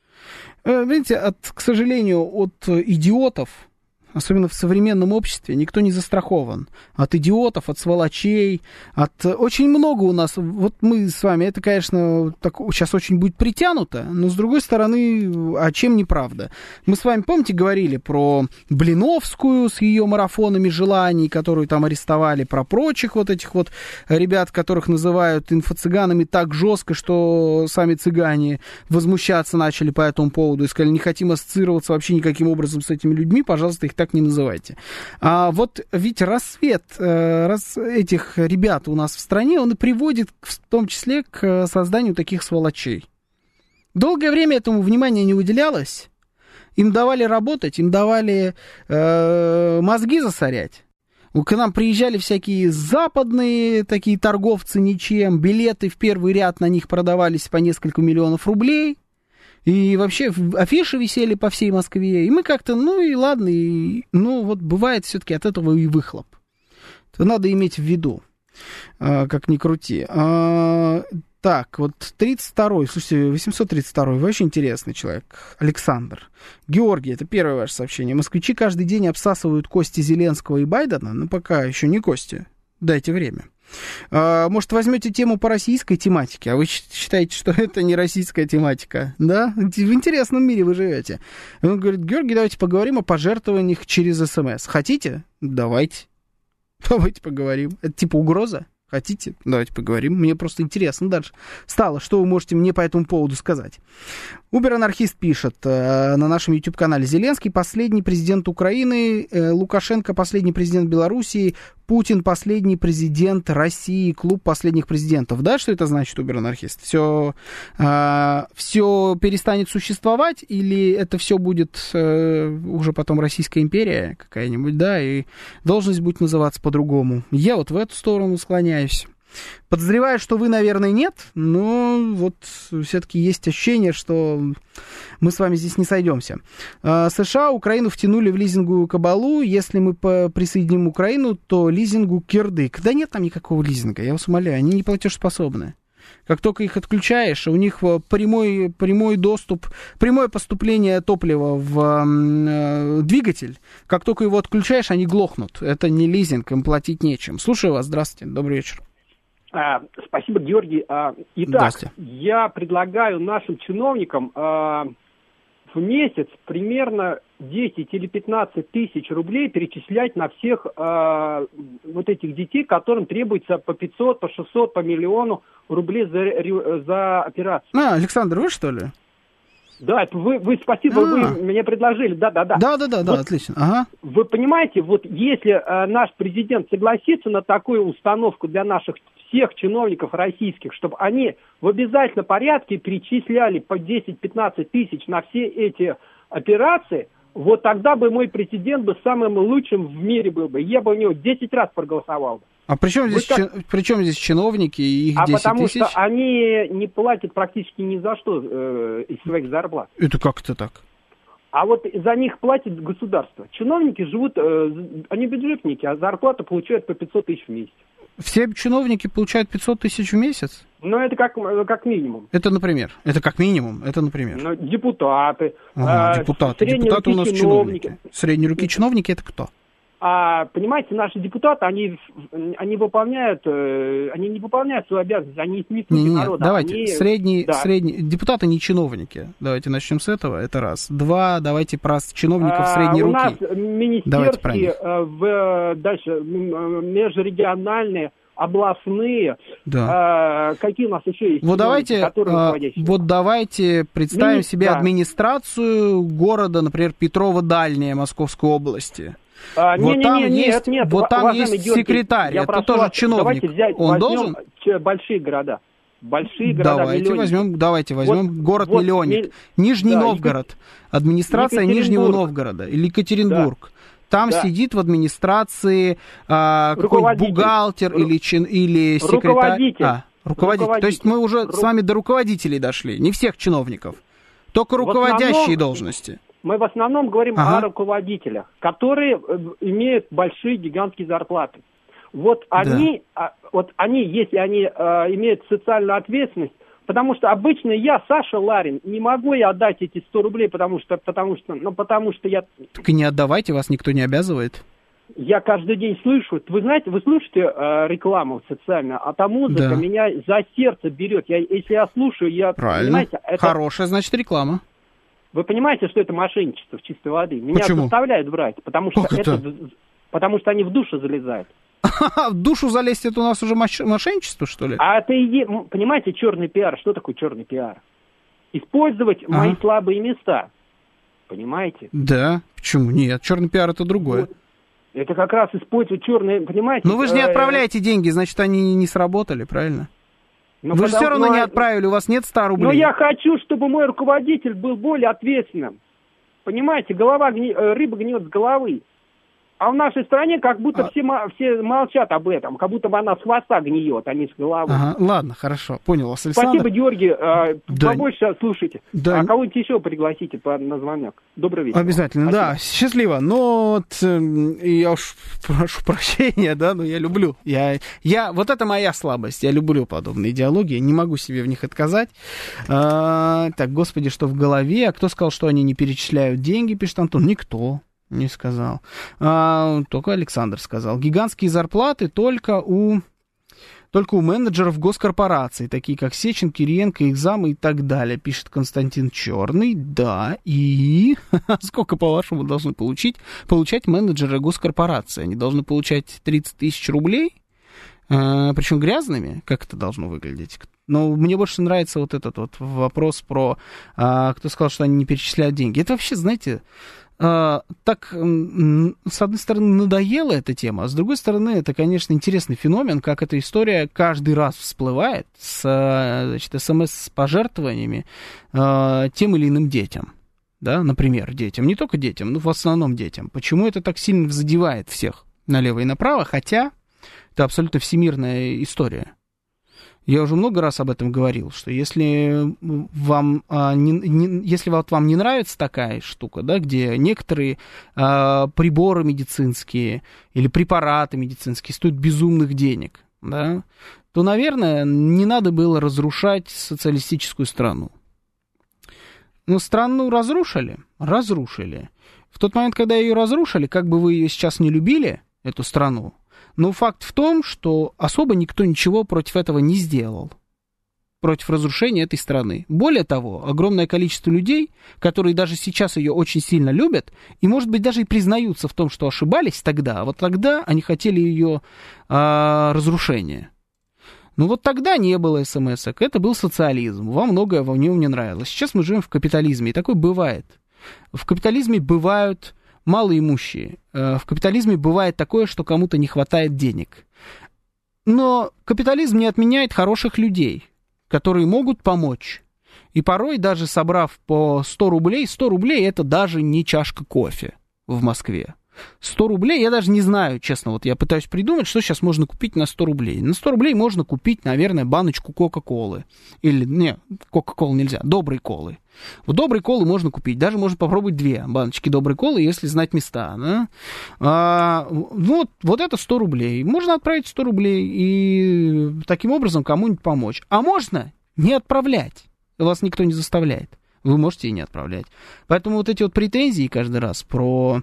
Видите, к сожалению, от идиотов, особенно в современном обществе, никто не застрахован. От идиотов, от сволочей, очень много у нас. Вот мы с вами, это, конечно, так, сейчас очень будет притянуто, но, с другой стороны, а чем неправда? Мы с вами, помните, говорили про Блиновскую с ее марафонами желаний, которую там арестовали, про прочих вот этих вот ребят, которых называют инфо-цыганами так жестко, что сами цыгане возмущаться начали по этому поводу и сказали, не хотим ассоциироваться вообще никаким образом с этими людьми, пожалуйста, их так не называйте. А вот ведь рассвет этих ребят у нас в стране, он и приводит в том числе к созданию таких сволочей. Долгое время этому внимания не уделялось. Им давали работать, им давали мозги засорять. К нам приезжали всякие западные такие торговцы ничем, билеты в первый ряд на них продавались по несколько миллионов рублей. И вообще афиши висели по всей Москве. И мы как-то, ну и ладно, ну вот бывает все-таки от этого и выхлоп. Это надо иметь в виду, как ни крути. Так, вот 32-й, слушайте, 832-й, вы очень интересный человек, Александр. Георгий, это первое ваше сообщение. Москвичи каждый день обсасывают кости Зеленского и Байдена, но пока еще не кости, дайте время. Может, возьмете тему по российской тематике, а вы считаете, что это не российская тематика, да? В интересном мире вы живете. Он говорит, Георгий, давайте поговорим о пожертвованиях через СМС. Хотите? Давайте поговорим. Это типа угроза? Хотите? Давайте поговорим. Мне просто интересно дальше стало, что вы можете мне по этому поводу сказать. Убер-анархист пишет на нашем YouTube-канале. Зеленский последний президент Украины, Лукашенко последний президент Белоруссии, Путин последний президент России, клуб последних президентов. Да, что это значит, убер-анархист? Все перестанет существовать, или это все будет уже потом Российская империя какая-нибудь, да, и должность будет называться по-другому? Я вот в эту сторону склоняюсь. Подозреваю, что вы, наверное, нет, но вот все-таки есть ощущение, что мы с вами здесь не сойдемся. США Украину втянули в лизинговую кабалу. Если мы присоединим Украину, то лизингу кирдык. Да нет там никакого лизинга, я вас умоляю, они не платежеспособны. Как только их отключаешь, у них прямой доступ, прямое поступление топлива в двигатель. Как только его отключаешь, они глохнут. Это не лизинг, им платить нечем. Слушаю вас, здравствуйте, добрый вечер. Спасибо, Георгий. Итак, я предлагаю нашим чиновникам в месяц примерно 10 или 15 тысяч рублей перечислять на всех вот этих детей, которым требуется по 500, по 600, по миллиону рублей за операцию. Александр, вы что ли? Да, вы спасибо, вы мне предложили, да. Да, вот, отлично. Ага. Вы понимаете, вот если наш президент согласится на такую установку для наших всех чиновников российских, чтобы они в обязательном порядке перечисляли по 10-15 тысяч на все эти операции, вот тогда бы мой президент бы самым лучшим в мире был бы. Я бы у него 10 раз проголосовал бы. А при чем здесь чиновники и их 10 тысяч? Потому что они не платят практически ни за что из своих зарплат. Это как это так? А вот за них платит государство. Чиновники живут, они бюджетники, а зарплату получают по 500 тысяч в месяц. Все чиновники получают 500 тысяч в месяц? Ну, это как минимум. Это, например? Это как минимум? Это, например? Ну, депутаты. Депутаты у нас чиновники. Средние руки чиновники — это кто? Понимаете, наши депутаты, они не выполняют свою обязанность, они не народа. Давайте, средний, депутаты не чиновники. Давайте начнем с этого, это раз. Два, давайте про чиновников средней руки. У нас министерские, дальше межрегиональные, областные, какие у нас еще есть? Вот давайте представим себе администрацию города, например, Петрово-Дальнее Московской области. Нет. Вот там есть секретарь, это тоже чиновник. Он должен? Большие города. Давайте возьмем город-миллионник. Нижний Новгород. Администрация Нижнего Новгорода. Или Екатеринбург. Там сидит в администрации какой-нибудь бухгалтер или секретарь. Руководитель. То есть мы уже с вами до руководителей дошли. Не всех чиновников. Только руководящие должности. Мы в основном говорим о руководителях, которые имеют большие гигантские зарплаты. Вот они, если они имеют социальную ответственность, потому что обычно я, Саша Ларин, не могу я отдать эти 100 рублей, потому что я... Так и не отдавайте, вас никто не обязывает. Я каждый день слышу, вы знаете, вы слушаете рекламу социальную, а та музыка меня за сердце берет. Если я слушаю, Правильно. Хорошая, значит, реклама. Вы понимаете, что это мошенничество в чистой воды? Меня заставляют брать, потому что они в душу залезают. В душу залезть — это у нас уже мошенничество, что ли? Понимаете, черный пиар, что такое черный пиар? Использовать мои слабые места. Понимаете? Да, почему? Нет, черный пиар — это другое. Вот. Это как раз использовать черные, понимаете? Но вы же не отправляете деньги, значит, они не сработали, правильно? Вы же все равно не отправили, у вас нет 100 рублей. Но я хочу, чтобы мой руководитель был более ответственным. Понимаете, рыба гниет с головы. А в нашей стране как будто все молчат об этом, как будто бы она с хвоста гниет, а не с головы. Ладно, хорошо, понял вас, Александр. Спасибо, Георгий, побольше слушайте. Да. А кого-нибудь еще пригласите на звонок. Добрый вечер. Обязательно, спасибо. Да, счастливо. Но я уж прошу прощения, да, но я люблю. Вот это моя слабость, я люблю подобные диалоги, не могу себе в них отказать. Так, господи, что в голове? А кто сказал, что они не перечисляют деньги, пишет Антон? Никто. Не сказал. Только Александр сказал. Гигантские зарплаты только у менеджеров госкорпораций, такие как Сечин, Кириенко, их замы и так далее, пишет Константин Черный. Да, и сколько, по-вашему, должны получать менеджеры госкорпораций? Они должны получать 30 тысяч рублей, причем грязными? Как это должно выглядеть? Но мне больше нравится вот этот вот вопрос про, кто сказал, что они не перечисляют деньги. Это вообще, знаете... так, с одной стороны, надоела эта тема, а с другой стороны, это, конечно, интересный феномен, как эта история каждый раз всплывает с, значит, СМС с пожертвованиями тем или иным детям. Да, например, детям, не только детям, но в основном детям. Почему это так сильно задевает всех налево и направо, хотя это абсолютно всемирная история. Я уже много раз об этом говорил, что если вам не нравится такая штука, да, где некоторые приборы медицинские или препараты медицинские стоят безумных денег, да, то, наверное, не надо было разрушать социалистическую страну. Но страну разрушили. В тот момент, когда ее разрушили, как бы вы ее сейчас не любили, эту страну, но факт в том, что особо никто ничего против этого не сделал, против разрушения этой страны. Более того, огромное количество людей, которые даже сейчас ее очень сильно любят, и, может быть, даже и признаются в том, что ошибались тогда, вот тогда они хотели ее разрушения. Ну вот тогда не было смс-ок, это был социализм, вам многое в нем не нравилось. Сейчас мы живем в капитализме, и такое бывает. В капитализме бывают малоимущие. В капитализме бывает такое, что кому-то не хватает денег. Но капитализм не отменяет хороших людей, которые могут помочь. И порой, даже собрав по 100 рублей это даже не чашка кофе в Москве. 100 рублей, я даже не знаю, честно, вот я пытаюсь придумать, что сейчас можно купить на 100 рублей. На 100 рублей можно купить, наверное, баночку Кока-Колы. Или, не, Кока-Колы нельзя, доброй колы. Вот доброй колы можно купить, даже можно попробовать 2 баночки доброй колы, если знать места. Да? Вот это 100 рублей. Можно отправить 100 рублей и таким образом кому-нибудь помочь. А можно не отправлять. Вас никто не заставляет. Вы можете и не отправлять. Поэтому вот эти вот претензии каждый раз про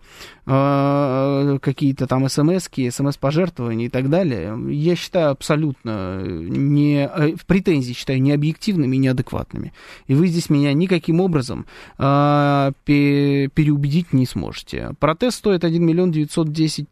какие-то там смс-ки, смс-пожертвования и так далее, я считаю абсолютно претензии считаю необъективными и неадекватными. И вы здесь меня никаким образом переубедить не сможете. Протез стоит 1 910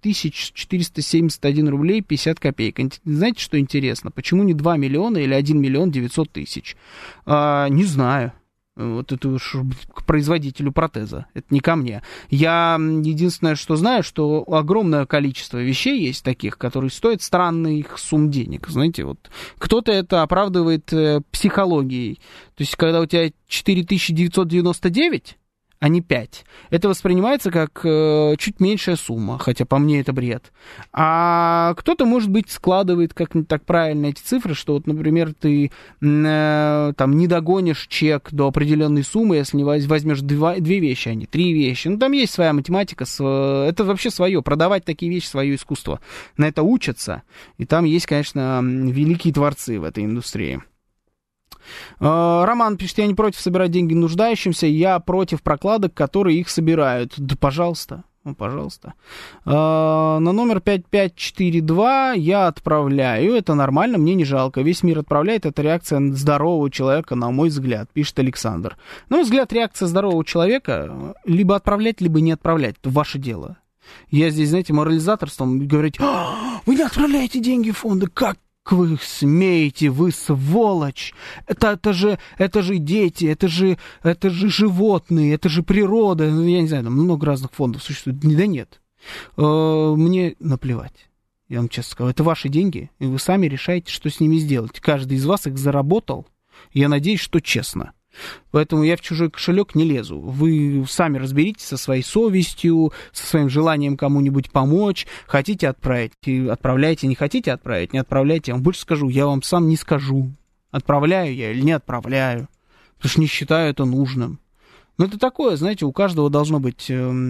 471 рублей 50 копеек. Знаете, что интересно? Почему не 2 миллиона или 1 900 000? Не знаю. Вот это уж к производителю протеза. Это не ко мне. Я единственное, что знаю, что огромное количество вещей есть таких, которые стоят странных сумм денег. Знаете, вот кто-то это оправдывает психологией. То есть, когда у тебя 4999, а не 5, это воспринимается как чуть меньшая сумма, хотя по мне это бред. А кто-то, может быть, складывает как-нибудь так правильно эти цифры, что вот, например, ты там не догонишь чек до определенной суммы, если не возьмешь 2 вещи, а не 3 вещи. Ну, там есть своя математика, это вообще свое, продавать такие вещи, свое искусство. На это учатся, и там есть, конечно, великие творцы в этой индустрии. Роман пишет, я не против собирать деньги нуждающимся, я против прокладок, которые их собирают. Да, пожалуйста, пожалуйста. На номер 5542 я отправляю, это нормально, мне не жалко. Весь мир отправляет, это реакция здорового человека, на мой взгляд, пишет Александр. На мой взгляд, реакция здорового человека либо отправлять, либо не отправлять, это ваше дело. Я здесь, знаете, морализаторством говорить, вы не отправляете деньги в фонды, как вы смеете, вы сволочь, это же дети, это же животные, это же природа, я не знаю, там много разных фондов существует, да нет, мне наплевать, я вам честно скажу, это ваши деньги, и вы сами решаете, что с ними сделать, каждый из вас их заработал, я надеюсь, что честно. Поэтому я в чужой кошелек не лезу. Вы сами разберитесь со своей совестью, со своим желанием кому-нибудь помочь. Хотите отправить, отправляйте. Не хотите отправить, не отправляйте. Я вам больше скажу, я вам сам не скажу, отправляю я или не отправляю, потому что не считаю это нужным. Но это такое, знаете, у каждого должно быть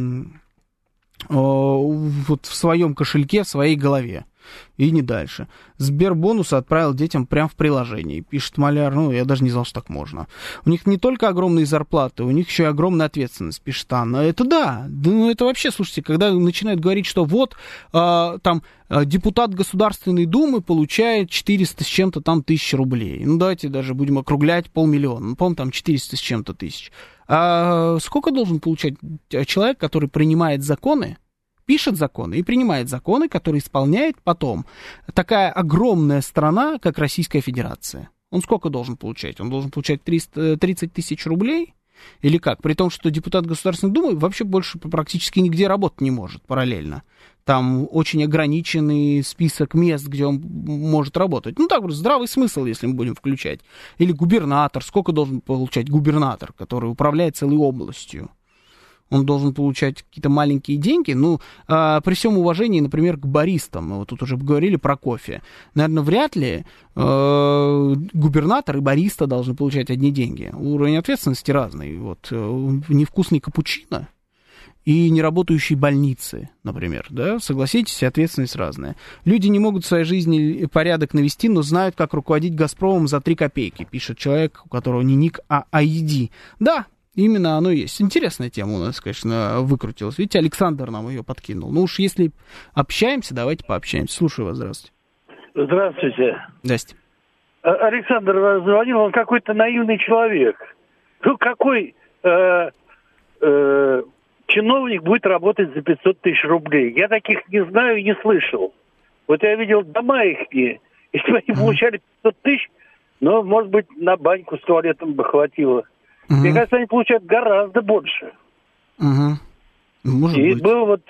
вот в своем кошельке, в своей голове. И не дальше. Сбербонусы отправил детям прямо в приложении. Пишет Маляр, я даже не знал, что так можно. У них не только огромные зарплаты, у них еще и огромная ответственность, пишет Анна. Это да, это вообще, слушайте, когда начинают говорить, что вот там депутат Государственной Думы получает 400 с чем-то там тысяч рублей. Давайте даже будем округлять 500 000. По-моему, там 400 с чем-то тысяч. А сколько должен получать человек, который принимает законы, пишет законы и принимает законы, которые исполняет потом такая огромная страна, как Российская Федерация? Он сколько должен получать? Он должен получать 30 тысяч рублей? Или как? При том, что депутат Государственной Думы вообще больше практически нигде работать не может параллельно. Там очень ограниченный список мест, где он может работать. Ну, так вот, здравый смысл, если мы будем включать. Или губернатор. Сколько должен получать губернатор, который управляет целой областью? Он должен получать какие-то маленькие деньги. Ну, при всем уважении, например, к баристам. Мы вот тут уже говорили про кофе. Наверное, вряд ли губернатор и бариста должны получать одни деньги. Уровень ответственности разный. Вот невкусный капучино и неработающие больницы, например, да, согласитесь, ответственность разная. Люди не могут в своей жизни порядок навести, но знают, как руководить «Газпромом» за 3 копейки, пишет человек, у которого не ник, а ID. Да, именно оно и есть. Интересная тема у нас, конечно, выкрутилась. Видите, Александр нам ее подкинул. Ну уж если общаемся, давайте пообщаемся. Слушаю вас, здравствуйте. Здравствуйте. Здрасте. Александр звонил, он какой-то наивный человек. Ну, какой... чиновник будет работать за 500 тысяч рублей. Я таких не знаю и не слышал. Вот я видел дома их, если бы они получали 500 тысяч, но, может быть, на баньку с туалетом бы хватило. Мне кажется, они получают гораздо больше. Может и быть. был вот,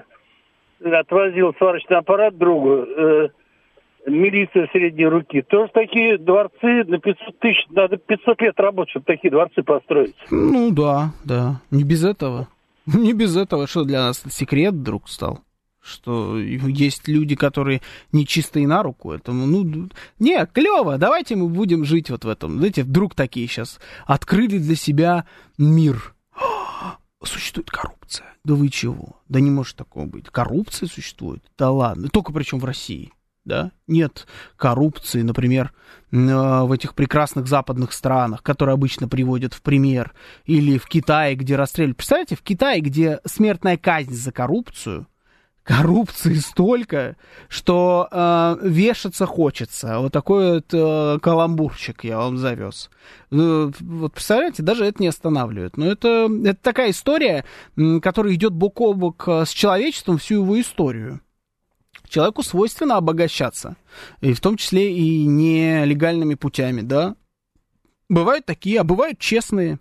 отвозил сварочный аппарат другу, милиция средней руки. Тоже такие дворцы на 500 тысяч, надо 500 лет работать, чтобы такие дворцы построить. Ну да, не без этого. Не без этого, что для нас секрет вдруг стал, что есть люди, которые нечистые на руку, этому, не, клево, давайте мы будем жить вот в этом, знаете, вдруг такие сейчас открыли для себя мир. Существует коррупция, да вы чего, да не может такого быть, коррупция существует, да ладно, только причем в России. Да? Нет коррупции, например, в этих прекрасных западных странах, которые обычно приводят в пример, или в Китае, где расстреливают. Представляете, в Китае, где смертная казнь за коррупцию, коррупции столько, что вешаться хочется. Вот такой вот каламбурчик я вам завез. Вот представляете, даже это не останавливает. Но это такая история, которая идет бок о бок с человечеством всю его историю. Человеку свойственно обогащаться, и в том числе и нелегальными путями, да. Бывают такие, а бывают честные.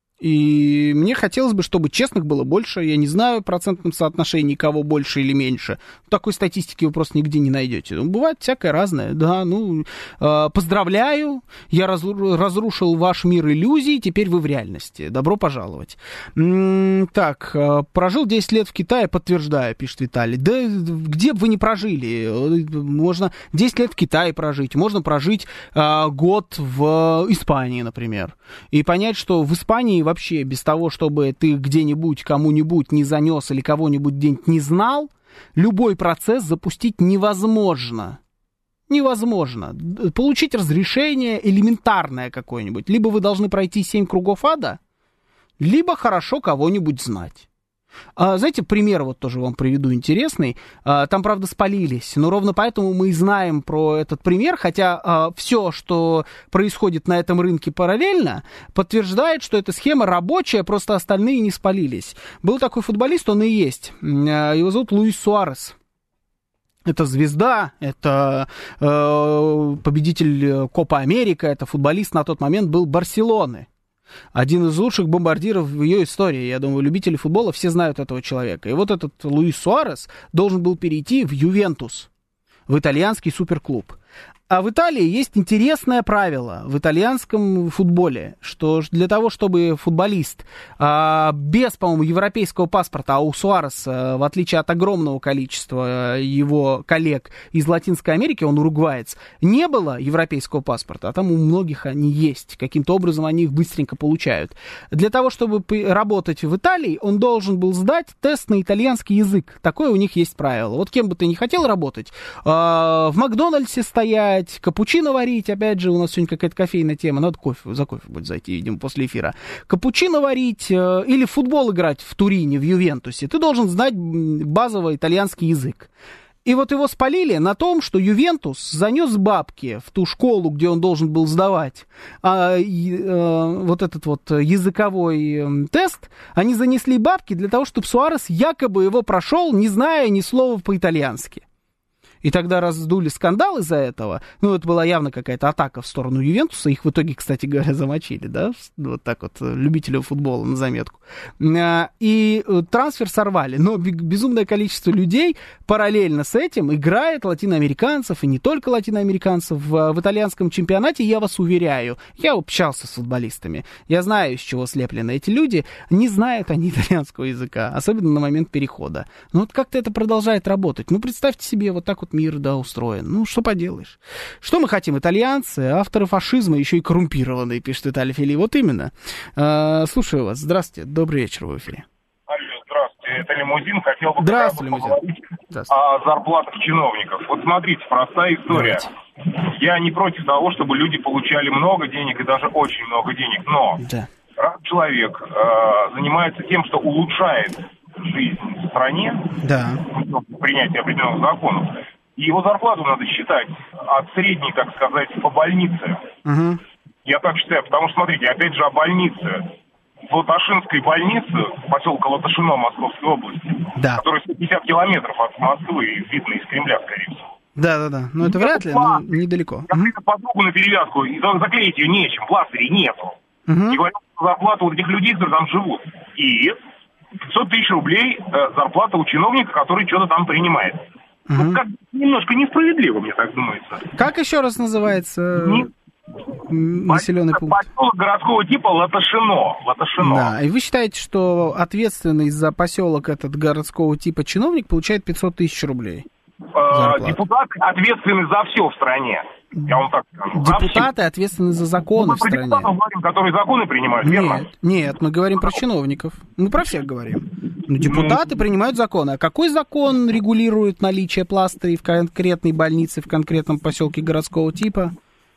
И мне хотелось бы, чтобы честных было больше. Я не знаю в процентном соотношении, кого больше или меньше. Такой статистики вы просто нигде не найдете. Бывает всякое разное. Да, поздравляю, я разрушил ваш мир иллюзий, теперь вы в реальности. Добро пожаловать. Так, прожил 10 лет в Китае, подтверждаю, пишет Виталий. Да где бы вы ни прожили, можно 10 лет в Китае прожить, можно прожить год в Испании, например. И понять, что в Испании вообще без того, чтобы ты где-нибудь кому-нибудь не занес или кого-нибудь где-нибудь не знал, любой процесс запустить невозможно. Невозможно. Получить разрешение элементарное какое-нибудь. Либо вы должны пройти 7 кругов ада, либо хорошо кого-нибудь знать. Знаете, пример вот тоже вам приведу интересный. Там, правда, спалились, но ровно поэтому мы и знаем про этот пример, хотя все, что происходит на этом рынке параллельно, подтверждает, что эта схема рабочая, просто остальные не спалились. Был такой футболист, он и есть. Его зовут Луис Суарес. Это звезда, это победитель Копа Америка, это футболист на тот момент был Барселоны. Один из лучших бомбардиров в ее истории. Я думаю, любители футбола все знают этого человека. И вот этот Луис Суарес должен был перейти в Ювентус, в итальянский суперклуб. А в Италии есть интересное правило в итальянском футболе, что для того, чтобы футболист без, по-моему, европейского паспорта, а у Суареса, в отличие от огромного количества его коллег из Латинской Америки, он уругваец, не было европейского паспорта, а там у многих они есть. Каким-то образом они их быстренько получают. Для того, чтобы работать в Италии, он должен был сдать тест на итальянский язык. Такое у них есть правило. Вот кем бы ты ни хотел работать, в Макдональдсе стоять, капучино варить, опять же, у нас сегодня какая-то кофейная тема, надо за кофе будет зайти, видимо, после эфира. Капучино варить или в футбол играть в Турине, в Ювентусе, ты должен знать базовый итальянский язык. И вот его спалили на том, что Ювентус занес бабки в ту школу, где он должен был сдавать вот этот вот языковой тест, они занесли бабки для того, чтобы Суарес якобы его прошел, не зная ни слова по-итальянски. И тогда раздули скандал из-за этого. Ну, это была явно какая-то атака в сторону Ювентуса. Их в итоге, кстати говоря, замочили, да? Вот так вот, любителю футбола на заметку. И трансфер сорвали. Но безумное количество людей параллельно с этим играет латиноамериканцев, и не только латиноамериканцев, в итальянском чемпионате. Я вас уверяю, я общался с футболистами. Я знаю, из чего слеплены эти люди. Не знают они итальянского языка, особенно на момент перехода. Но вот как-то это продолжает работать. Ну, представьте себе, вот так вот мир, да, устроен. Ну, что поделаешь. Что мы хотим? Итальянцы, авторы фашизма, еще и коррумпированные, пишет Виталий Фили. Вот именно. Слушаю вас. Здравствуйте. Добрый вечер, в эфире. Алло, здравствуйте. Это Лимузин. Хотел бы поговорить о зарплатах чиновников. Вот смотрите, простая история. Я не против того, чтобы люди получали много денег и даже очень много денег. Но раз человек занимается тем, что улучшает жизнь в стране, принятие определенных законов, и его зарплату надо считать от средней, так сказать, по больнице. Я так считаю, потому что, смотрите, опять же, о больнице. В Латашинской больнице, поселка Латашино Московской области, которая 150 километров от Москвы, видно из Кремля, скорее всего. Да. Ну, это вряд ли, но недалеко. Какую-то подругу на перевязку, и заклеить ее нечем, пластырей нету. И говорят, что зарплата у этих людей, которые там живут. И 500 тысяч рублей зарплата у чиновника, который что-то там принимает. Ну, как немножко несправедливо, мне так думается. Как еще раз называется населенный пункт? Поселок городского типа Латашино. Да, и вы считаете, что ответственный за поселок этот городского типа чиновник получает 500 тысяч рублей? Депутаты ответственны за все в стране. Я вам так скажу. Депутаты ответственны за законы в стране. Мы говорим, которые законы принимают, верно? Нет, мы говорим про чиновников. Мы про всех говорим. Но депутаты принимают законы. А какой закон регулирует наличие пластырей в конкретной больнице, в конкретном поселке городского типа?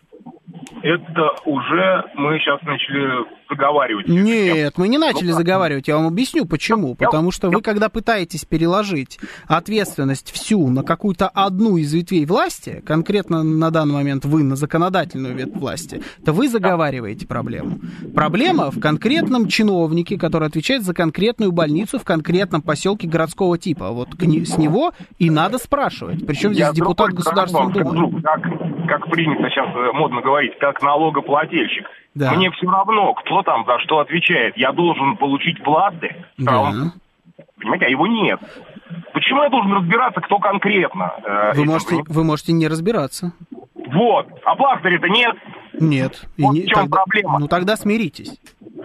Это уже мы сейчас начали заговаривать. Нет, мы не начали заговаривать. Я вам объясню, почему. Потому что вы, когда пытаетесь переложить ответственность всю на какую-то одну из ветвей власти, конкретно на данный момент вы на законодательную ветвь власти, то вы заговариваете проблему. Проблема в конкретном чиновнике, который отвечает за конкретную больницу в конкретном поселке городского типа. Вот с него и надо спрашивать. Причем здесь депутат Государственной Думы. Как принято сейчас модно говорить, как налогоплательщик. Да. Мне все равно, кто там за что отвечает. Я должен получить пластырь. Понимаете, а его нет. Почему я должен разбираться, кто конкретно? Вы можете не разбираться. Вот. А пластыря-то нет. Нет. Вот в чем проблема. Ну тогда смиритесь.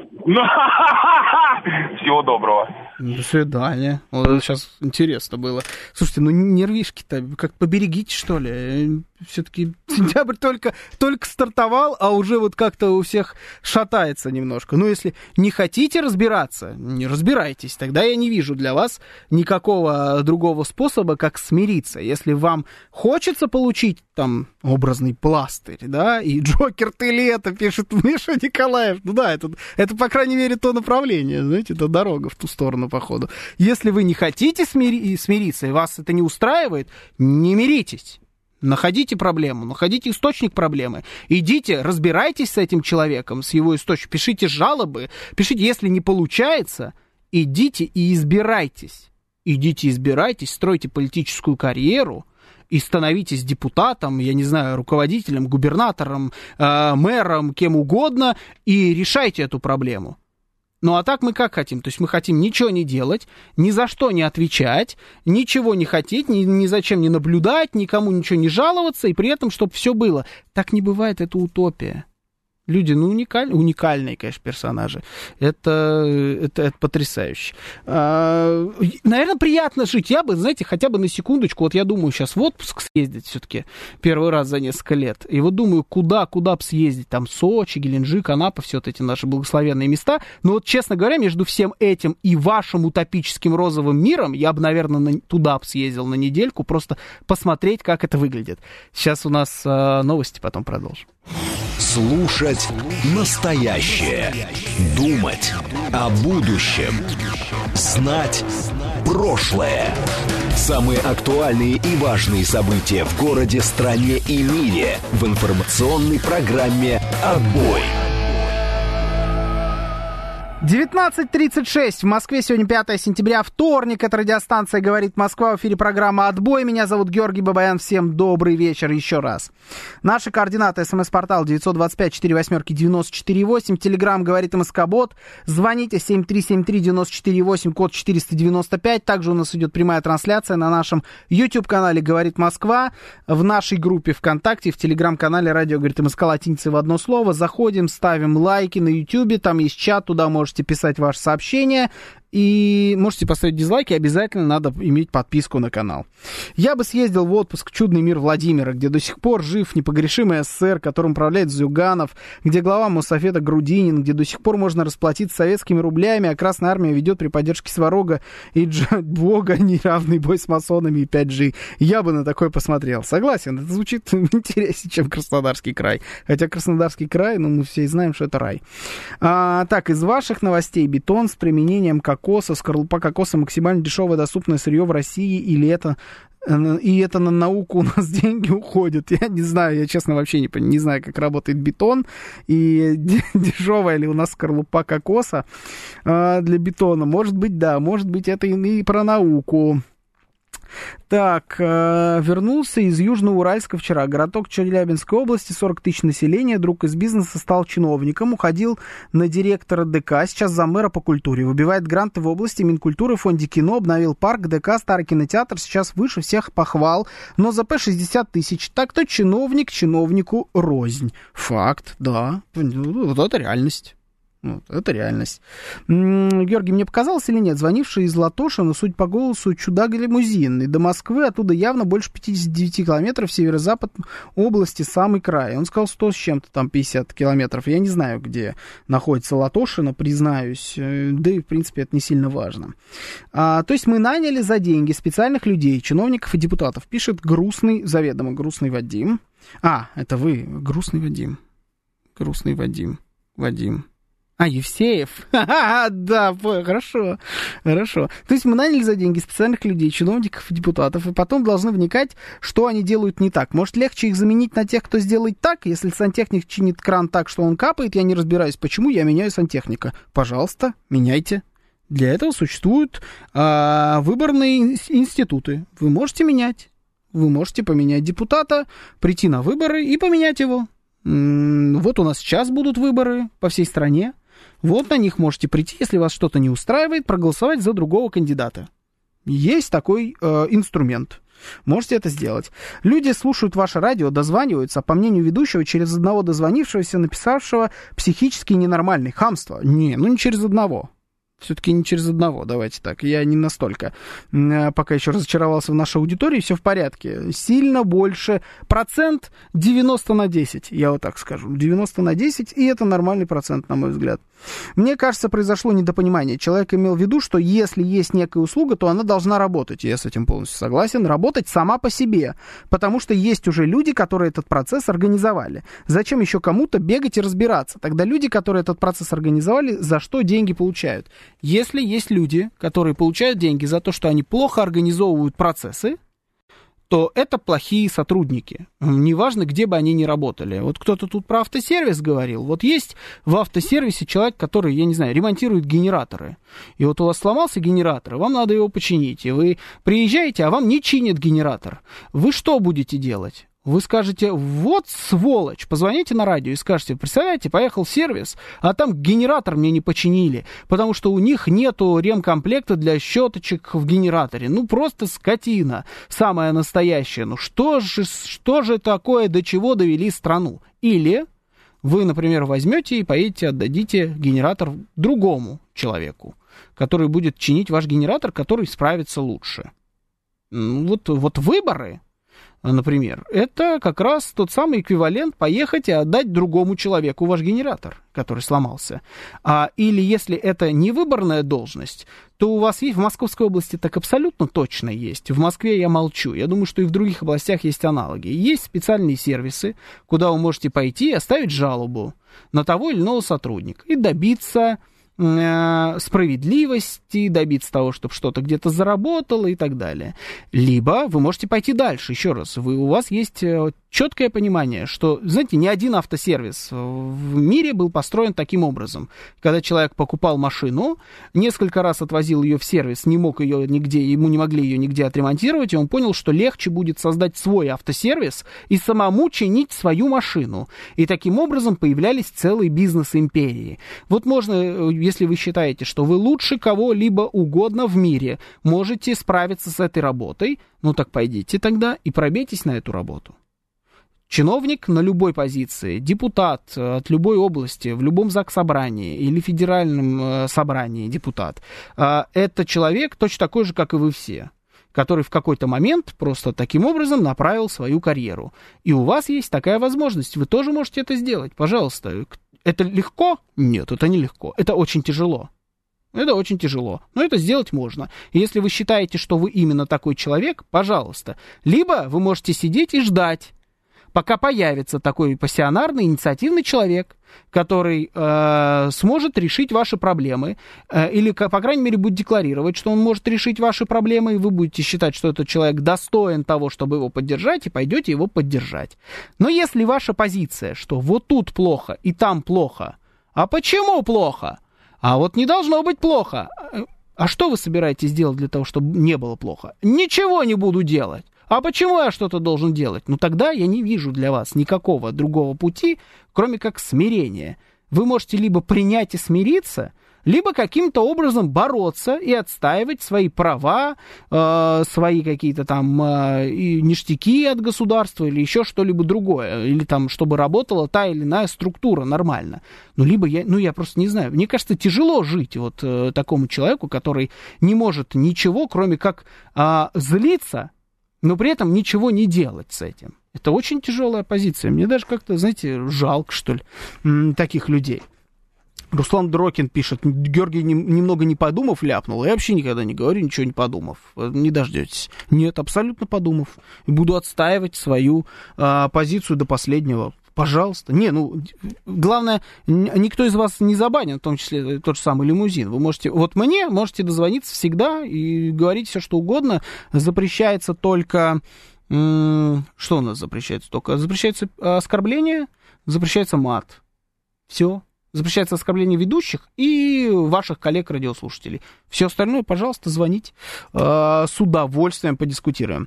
Всего доброго. До свидания. Вот это сейчас интересно было. Слушайте, ну нервишки-то как поберегите, что ли. Все-таки сентябрь только стартовал, а уже вот как-то у всех шатается немножко. Ну, если не хотите разбираться, не разбирайтесь. Тогда я не вижу для вас никакого другого способа, как смириться. Если вам хочется получить там образный пластырь, да, и Джокер ты ли это, пишет Миша Николаев. Ну да, это по крайней мере то направление, знаете, это дорога в ту сторону, походу. Если вы не хотите смириться, и вас это не устраивает, не миритесь. Находите проблему, находите источник проблемы. Идите, разбирайтесь с этим человеком, с его источником, пишите жалобы, пишите, если не получается, идите и избирайтесь. Идите, избирайтесь, стройте политическую карьеру и становитесь депутатом, я не знаю, руководителем, губернатором, мэром, кем угодно, и решайте эту проблему. Ну, а так мы как хотим? То есть мы хотим ничего не делать, ни за что не отвечать, ничего не хотеть, ни зачем не наблюдать, никому ничего не жаловаться, и при этом, чтобы все было. Так не бывает, это утопия. Люди, ну, уникальные, конечно, персонажи. Это потрясающе. Наверное, приятно жить. Я бы, знаете, хотя бы на секундочку, вот я думаю сейчас в отпуск съездить все-таки первый раз за несколько лет. И вот думаю, куда бы съездить. Там Сочи, Геленджик, Анапа, все вот эти наши благословенные места. Но вот, честно говоря, между всем этим и вашим утопическим розовым миром я бы, наверное, туда бы съездил на недельку, просто посмотреть, как это выглядит. Сейчас у нас новости, потом продолжим. Слушать настоящее. Думать о будущем. Знать прошлое. Самые актуальные и важные события в городе, стране и мире в информационной программе «Отбой». 19:36 в Москве, сегодня 5 сентября, вторник, это радиостанция «Говорит Москва», в эфире программа «Отбой», меня зовут Георгий Бабаян, всем добрый вечер еще раз. Наши координаты: смс-портал 925-48-94-8, телеграмм «Говорит МСК-бот», звоните 7373-94-8, код 495, также у нас идет прямая трансляция на нашем YouTube-канале «Говорит Москва», в нашей группе ВКонтакте, в телеграм-канале «Радио говорит МСК» латиницей в одно слово, заходим, ставим лайки на YouTube, там есть чат, туда можете писать ваши сообщения и можете поставить дизлайки, обязательно надо иметь подписку на канал. Я бы съездил в отпуск в чудный мир Владимира, где до сих пор жив непогрешимый СССР, которым управляет Зюганов, где глава Моссовета Грудинин, где до сих пор можно расплатиться советскими рублями, а Красная Армия ведет при поддержке Сварога и Бога неравный бой с масонами и 5G. Я бы на такое посмотрел. Согласен, это звучит интереснее, чем Краснодарский край. Хотя Краснодарский край, ну, мы все знаем, что это рай. Так, из ваших новостей: бетон с применением кокоса, скорлупа кокоса максимально дешевое доступное сырье в России, или это на науку у нас деньги уходят? Я не знаю, я честно вообще не знаю, как работает бетон, и дешевая ли у нас скорлупа кокоса для бетона. Может быть, да, может быть, это и про науку. Так, вернулся из Южноуральска вчера. Городок Челябинской области, 40 тысяч населения. Друг из бизнеса, стал чиновником. Уходил на директора ДК, сейчас замэра по культуре. Выбивает гранты в области Минкультуры, в фонде кино. Обновил парк, ДК, старый кинотеатр. Сейчас выше всех похвал. Но ЗП 60 тысяч. Так-то чиновник чиновнику рознь. Факт, да. Вот это реальность. Вот, это реальность. Георгий, мне показалось или нет, звонивший из Латошина, суть по голосу, чудак-лимузинный. До Москвы оттуда явно больше 59 километров, северо-запад области, самый край. Он сказал 100 с чем-то, там 50 километров. Я не знаю, где находится Латошино, признаюсь. Да и, в принципе, это не сильно важно. То есть мы наняли за деньги специальных людей, чиновников и депутатов. Пишет грустный, заведомо грустный Вадим. Это вы, грустный Вадим. Грустный Вадим. Евсеев. Да, хорошо. То есть мы наняли за деньги специальных людей, чиновников и депутатов, и потом должны вникать, что они делают не так. Может, легче их заменить на тех, кто сделает так? Если сантехник чинит кран так, что он капает, я не разбираюсь, почему, я меняю сантехника. Пожалуйста, меняйте. Для этого существуют выборные институты. Вы можете менять. Вы можете поменять депутата, прийти на выборы и поменять его. Вот у нас сейчас будут выборы по всей стране. Вот на них можете прийти, если вас что-то не устраивает, проголосовать за другого кандидата. Есть такой инструмент. Можете это сделать. Люди слушают ваше радио, дозваниваются, по мнению ведущего, через одного дозвонившегося, написавшего психически ненормальный. Хамство. Не через одного. Все-таки не через одного, давайте так. Я не настолько пока еще разочаровался в нашей аудитории, все в порядке. Сильно больше. Процент 90/10, я вот так скажу. 90/10, и это нормальный процент, на мой взгляд. Мне кажется, произошло недопонимание. Человек имел в виду, что если есть некая услуга, то она должна работать. Я с этим полностью согласен. Работать сама по себе. Потому что есть уже люди, которые этот процесс организовали. Зачем еще кому-то бегать и разбираться? Тогда люди, которые этот процесс организовали, за что деньги получают? Если есть люди, которые получают деньги за то, что они плохо организовывают процессы, то это плохие сотрудники. Неважно, где бы они ни работали. Вот кто-то тут про автосервис говорил. Вот есть в автосервисе человек, который, я не знаю, ремонтирует генераторы. И вот у вас сломался генератор, вам надо его починить. И вы приезжаете, а вам не чинят генератор. Вы что будете делать? Вы скажете: вот сволочь, позвоните на радио и скажете: представляете, поехал в сервис, а там генератор мне не починили, потому что у них нету ремкомплекта для щеточек в генераторе. Ну, просто скотина самая настоящая. Ну, что же такое, до чего довели страну? Или вы, например, возьмете и поедете, отдадите генератор другому человеку, который будет чинить ваш генератор, который справится лучше. Вот выборы, например, это как раз тот самый эквивалент поехать и отдать другому человеку ваш генератор, который сломался. Или если это не выборная должность, то у вас есть в Московской области так абсолютно точно есть. В Москве я молчу. Я думаю, что и в других областях есть аналоги. Есть специальные сервисы, куда вы можете пойти и оставить жалобу на того или иного сотрудника и добиться справедливости, добиться того, чтобы что-то где-то заработало и так далее. Либо вы можете пойти дальше. Еще раз, у вас есть четкое понимание, что, знаете, ни один автосервис в мире был построен таким образом. Когда человек покупал машину, несколько раз отвозил ее в сервис, не мог ее нигде, ему не могли ее нигде отремонтировать, и он понял, что легче будет создать свой автосервис и самому чинить свою машину. И таким образом появлялись целые бизнес-империи. Вот можно, если вы считаете, что вы лучше кого-либо угодно в мире можете справиться с этой работой, ну так пойдите тогда и пробейтесь на эту работу. Чиновник на любой позиции, депутат от любой области, в любом заксобрании или федеральном собрании депутат, это человек точно такой же, как и вы все, который в какой-то момент просто таким образом направил свою карьеру. И у вас есть такая возможность, вы тоже можете это сделать, пожалуйста. Это легко? Нет, это не легко, это очень тяжело. Это очень тяжело, но это сделать можно. И если вы считаете, что вы именно такой человек, пожалуйста. Либо вы можете сидеть и ждать, пока появится такой пассионарный, инициативный человек, который сможет решить ваши проблемы, или, по крайней мере, будет декларировать, что он может решить ваши проблемы, и вы будете считать, что этот человек достоин того, чтобы его поддержать, и пойдете его поддержать. Но если ваша позиция, что вот тут плохо и там плохо, а почему плохо? А вот не должно быть плохо. А что вы собираетесь делать для того, чтобы не было плохо? Ничего не буду делать. А почему я что-то должен делать? Ну, тогда я не вижу для вас никакого другого пути, кроме как смирения. Вы можете либо принять и смириться, либо каким-то образом бороться и отстаивать свои права, свои какие-то там ништяки от государства или еще что-либо другое, или там, чтобы работала та или иная структура нормально. Ну, либо я просто не знаю. Мне кажется, тяжело жить вот такому человеку, который не может ничего, кроме как злиться, но при этом ничего не делать с этим. Это очень тяжелая позиция. Мне даже как-то, знаете, жалко, что ли, таких людей. Руслан Дрокин пишет: Георгий немного не подумав ляпнул. Я вообще никогда не говорю, ничего не подумав. Не дождетесь. Нет, абсолютно подумав. Буду отстаивать свою позицию до последнего. Пожалуйста. Главное, никто из вас не забанен, в том числе тот же самый лимузин. Вы можете, вот мне можете дозвониться всегда и говорить все, что угодно. Запрещается только... Что у нас запрещается? Только запрещается оскорбление, запрещается мат. Все. Запрещается оскорбление ведущих и ваших коллег-радиослушателей. Все остальное, пожалуйста, звоните. С удовольствием подискутируем.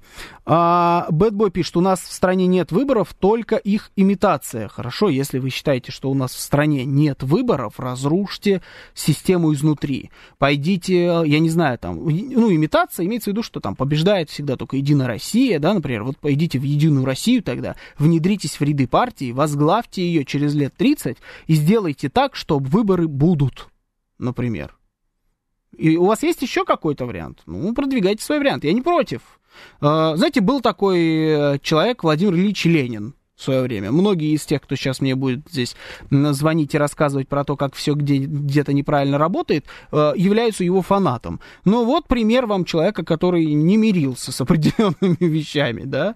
Бэтбой пишет: у нас в стране нет выборов, только их имитация. Хорошо, если вы считаете, что у нас в стране нет выборов, разрушьте систему изнутри. Пойдите, я не знаю, там, имитация имеется в виду, что там побеждает всегда только Единая Россия, да, например. Вот пойдите в Единую Россию тогда, внедритесь в ряды партии, возглавьте ее через лет 30 и сделайте так, что выборы будут, например. И у вас есть еще какой-то вариант? Продвигайте свой вариант. Я не против. Знаете, был такой человек Владимир Ильич Ленин в свое время. Многие из тех, кто сейчас мне будет здесь звонить и рассказывать про то, как все где-то неправильно работает, являются его фанатом. Но вот пример вам человека, который не мирился с определенными вещами, да?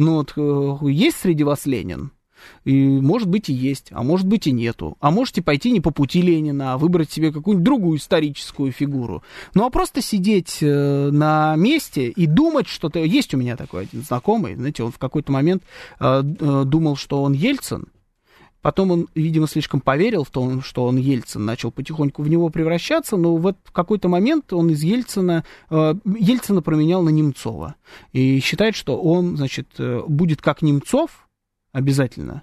Есть среди вас Ленин? И, может быть, и есть, а может быть, и нету. А можете пойти не по пути Ленина, а выбрать себе какую-нибудь другую историческую фигуру. А просто сидеть на месте и думать что-то... Есть у меня такой один знакомый, знаете, он в какой-то момент думал, что он Ельцин. Потом он, видимо, слишком поверил в то, что он Ельцин, начал потихоньку в него превращаться, но в какой-то момент он из Ельцина променял на Немцова. И считает, что он, будет как Немцов, обязательно.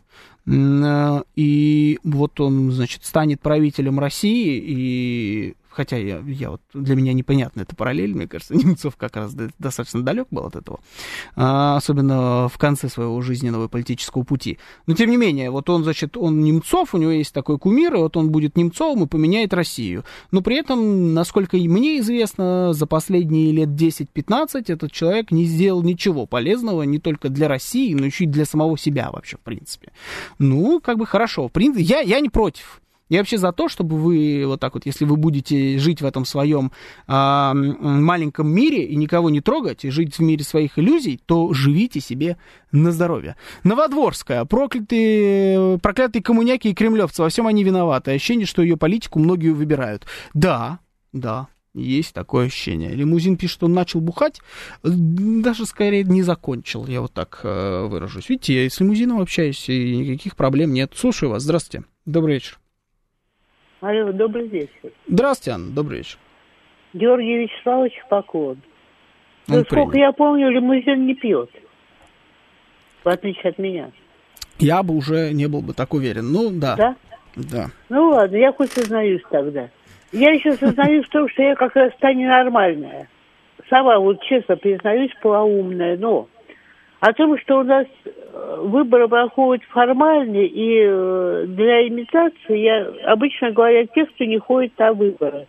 И вот он, станет правителем России, и хотя для меня непонятна эта параллель, мне кажется, Немцов как раз достаточно далек был от этого, особенно в конце своего жизненного и политического пути. Но, тем не менее, он Немцов, у него есть такой кумир, и вот он будет Немцовым и поменяет Россию. Но при этом, насколько мне известно, за последние лет 10-15 этот человек не сделал ничего полезного не только для России, но еще и для самого себя вообще, в принципе. Хорошо. Я не против. Я вообще за то, чтобы вы вот так вот, если вы будете жить в этом своем маленьком мире и никого не трогать, и жить в мире своих иллюзий, то живите себе на здоровье. Новодворская. Проклятые коммуняки и кремлевцы. Во всем они виноваты. Ощущение, что ее политику многие выбирают. Да. Есть такое ощущение. Лимузин пишет, что он начал бухать, даже скорее не закончил, я вот так выражусь. Видите, я с лимузином общаюсь, и никаких проблем нет. Слушаю вас, здравствуйте, добрый вечер. Алло, добрый вечер. Здравствуйте, Анна, добрый вечер. Георгий Вячеславович, поклон. Сколько я помню, лимузин не пьет, в отличие от меня. Я бы уже не был бы так уверен, ну да. Да? Да. Ну ладно, я хоть сознаюсь тогда. Я еще сознаюсь в том, что я как раз-то ненормальная. Сама, вот честно признаюсь, полоумная, но о том, что у нас выборы проходят формально и для имитации, я обычно говорю тех, кто не ходит на выборы.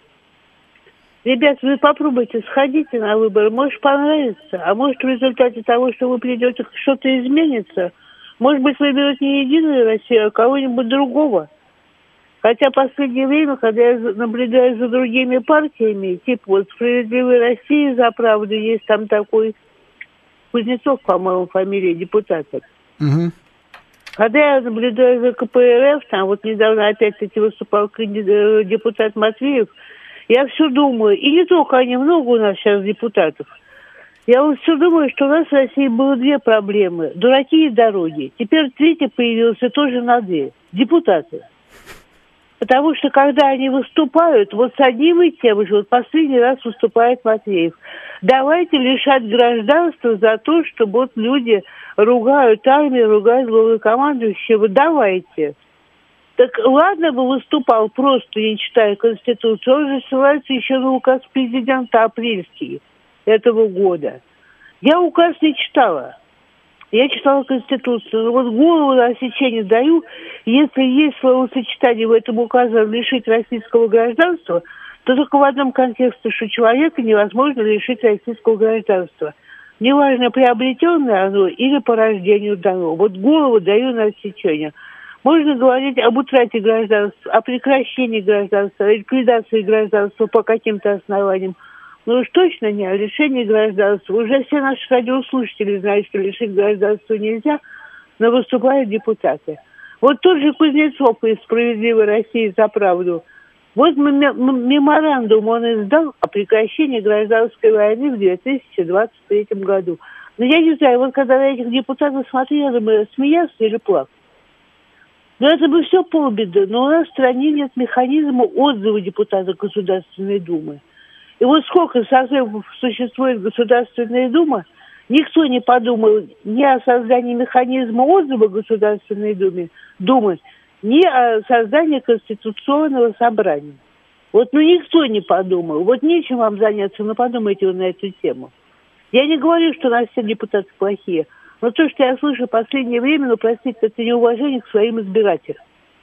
Ребят, вы попробуйте, сходите на выборы, может понравится, а может в результате того, что вы придете, что-то изменится. Может быть, выберут не Единую Россию, а кого-нибудь другого. Хотя в последнее время, когда я наблюдаю за другими партиями, типа вот «Справедливой России за правду», есть там такой Кузнецов, по-моему, фамилия депутата. Угу. Когда я наблюдаю за КПРФ, там вот недавно опять-таки выступал депутат Матвеев, я все думаю, и не только они, много у нас сейчас депутатов. Я вот все думаю, что у нас в России было две проблемы. Дураки и дороги. Теперь третья появилась тоже на две. Депутаты. Потому что, когда они выступают, вот с одним и тем же, вот последний раз выступает Матвеев. Давайте лишать гражданства за то, что вот люди ругают армию, ругают главнокомандующего. Давайте. Так ладно бы выступал просто, не читая Конституцию, он же ссылается еще на указ президента апрельский этого года. Я указ не читала. Я читала Конституцию, но вот голову на отсечение даю, если есть словосочетание в этом указе лишить российского гражданства, то только в одном контексте, что человека невозможно лишить российского гражданства. Неважно, приобретенное оно или по рождению дано. Вот голову даю на отсечение. Можно говорить об утрате гражданства, о прекращении гражданства, о ликвидации гражданства по каким-то основаниям. Ну уж точно не о лишении гражданства. Уже все наши радиослушатели знают, что лишить гражданства нельзя, но выступают депутаты. Вот тот же Кузнецов из «Справедливой России за правду». Вот меморандум он издал о прекращении гражданской войны в 2023 году. Но я не знаю, вот когда на этих депутатов смотрела, думаю, смеяться или плакать. Но это бы все полбеды. Но у нас в стране нет механизма отзыва депутата Государственной Думы. И вот сколько созывов существует Государственная Дума, никто не подумал ни о создании механизма отзыва Государственной Думы, ни о создании Конституционного собрания. Вот никто не подумал. Вот нечем вам заняться, но подумайте вы на эту тему. Я не говорю, что у нас все депутаты плохие, но то, что я слышу в последнее время, простите, это неуважение к своим избирателям.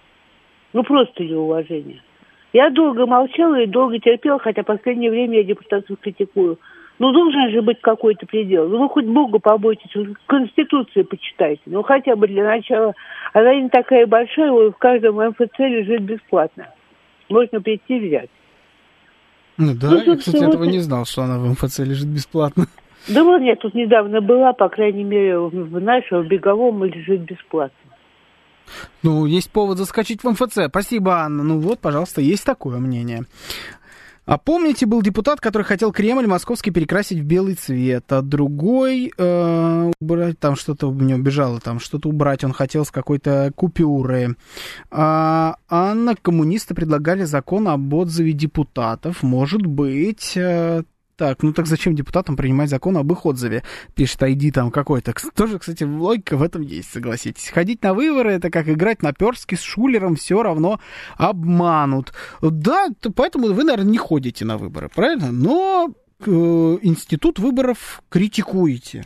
Просто неуважение. Я долго молчала и долго терпела, хотя в последнее время я депутатов критикую. Должен же быть какой-то предел. Вы хоть Бога побойтесь, Конституцию почитайте. Хотя бы для начала. Она не такая большая, в каждом МФЦ лежит бесплатно. Можно прийти и взять. Я, кстати, этого не знал, что она в МФЦ лежит бесплатно. Да вот я тут недавно была, по крайней мере, в нашем беговом лежит бесплатно. Есть повод заскочить в МФЦ. Спасибо, Анна. Пожалуйста, есть такое мнение. А помните, был депутат, который хотел Кремль московский перекрасить в белый цвет, а другой убрать, там что-то у него бежало, там что-то убрать он хотел с какой-то купюры. Анна, коммунисты предлагали закон об отзыве депутатов. Может быть... Так зачем депутатам принимать закон об их отзыве? Пишет ID там какой-то. Тоже, кстати, логика в этом есть, согласитесь. Ходить на выборы — это как играть на перстке с шулером, все равно обманут. Да, поэтому вы, наверное, не ходите на выборы, правильно? Но институт выборов критикуете.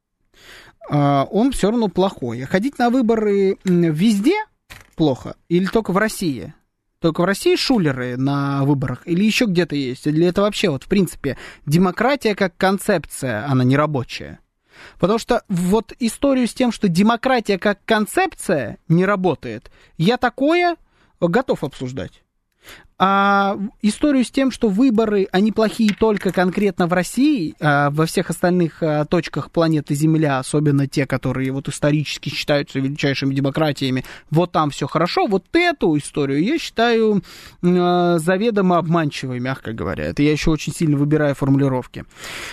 Он все равно плохой. А ходить на выборы везде плохо или только в России? Только в России шулеры на выборах или еще где-то есть? Или это вообще, в принципе, демократия как концепция, она не рабочая? Потому что историю с тем, что демократия как концепция не работает, я такое готов обсуждать. А историю с тем, что выборы, они плохие только конкретно в России, а во всех остальных точках планеты Земля, особенно те, которые вот исторически считаются величайшими демократиями, вот там все хорошо, вот эту историю я считаю заведомо обманчивой, мягко говоря. Это я еще очень сильно выбираю формулировки.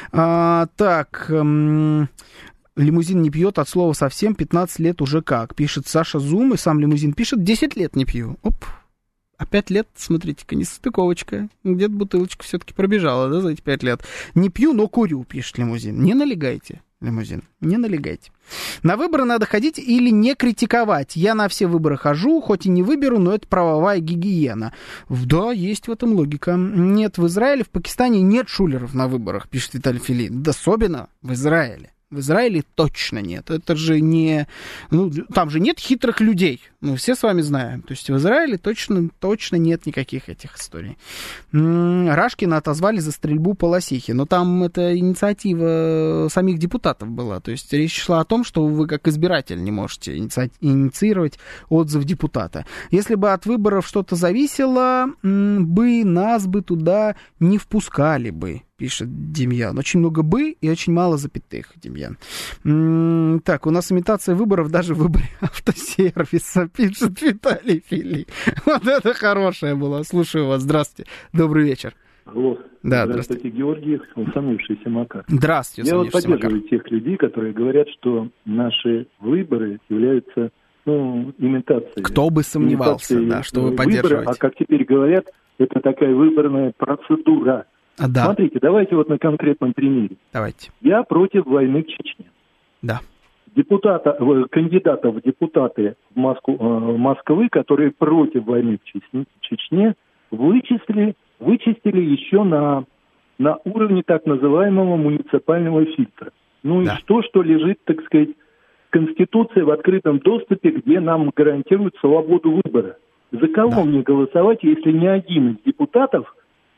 Лимузин не пьет от слова совсем, 15 лет уже как, пишет Саша Зум, и сам лимузин пишет, 10 лет не пью. Оп. А 5 лет, смотрите-ка, несостыковочка. Где-то бутылочка все-таки пробежала, да, за эти 5 лет. Не пью, но курю, пишет лимузин. Не налегайте, лимузин, не налегайте. На выборы надо ходить или не критиковать. Я на все выборы хожу, хоть и не выберу, но это правовая гигиена. Да, есть в этом логика. Нет, в Израиле, в Пакистане нет шулеров на выборах, пишет Виталий Фили. Да особенно в Израиле. В Израиле точно нет. Это же не... Ну, там же нет хитрых людей. Мы все с вами знаем. То есть в Израиле точно нет никаких этих историй. Рашкина отозвали за стрельбу по Лосихе. Но там это инициатива самих депутатов была. То есть речь шла о том, что вы как избиратель не можете инициировать отзыв депутата. Если бы от выборов что-то зависело, нас бы туда не впускали бы, пишет Демьян. Очень много «бы» и очень мало запятых, Демьян. Так, у нас имитация выборов даже в выборе автосервиса, пишет Виталий Фили. Вот это хорошее было. Слушаю вас. Здравствуйте. Добрый вечер. Алло. Да, здравствуйте, Георгий, усомнившийся Макар. Здравствуйте, Я вот поддерживаю тех людей, которые говорят, что наши выборы являются имитацией. Кто бы сомневался, да, что вы поддерживаете. Выборы, а как теперь говорят, это такая выборная процедура. Да. Смотрите, давайте вот на конкретном примере. Давайте. Я против войны в Чечне. Да. Кандидатов в депутаты Москвы, которые против войны в Чечне, вычистили еще на уровне так называемого муниципального фильтра. Ну да. И что лежит, так сказать, в Конституции в открытом доступе, где нам гарантируют свободу выбора. За кого мне голосовать, если ни один из депутатов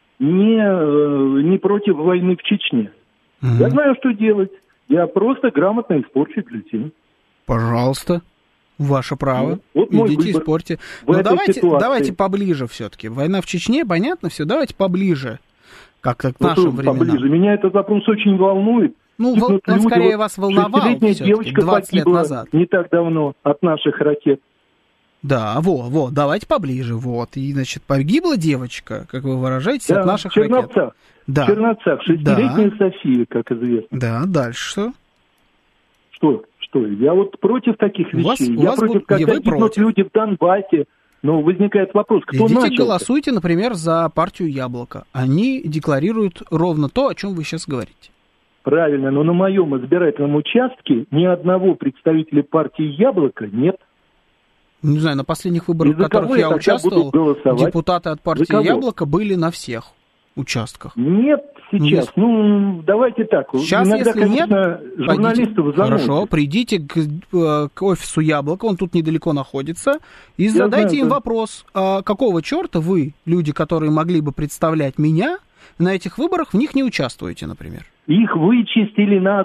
не против войны в Чечне? Я знаю, что делать. Я просто грамотно испорчу бюллетень. Пожалуйста, ваше право. Вот идите испорьте. Но давайте поближе все-таки. Война в Чечне, понятно все. Давайте поближе. Как-то к нашим временам. Поближе. Меня этот вопрос очень волнует. Ну, он скорее вас волновал. 6-летняя девочка 20 лет назад. Не так давно от наших ракет. Да, давайте поближе, И, значит, погибла девочка, как вы выражаетесь, от наших ракет. Да. В Черновцах, 6-летняя София, как известно. Да, дальше что? Что? Я вот против таких вещей. Я против, когда гибнут люди в Донбассе. Но возникает вопрос, кто начал? Идите голосуйте, например, за партию «Яблоко». Они декларируют ровно то, о чем вы сейчас говорите. Правильно, но на моем избирательном участке ни одного представителя партии «Яблоко» нет. Не знаю, на последних выборах, в которых я участвовал, депутаты от партии «Яблоко» были на всех участках. Нет сейчас. Давайте так. Сейчас, иногда, если конечно, нет, журналистов заносят. Хорошо, придите к офису «Яблоко», он тут недалеко находится, и задайте им вопрос, какого черта вы, люди, которые могли бы представлять меня, на этих выборах в них не участвуете, например? Их вычистили на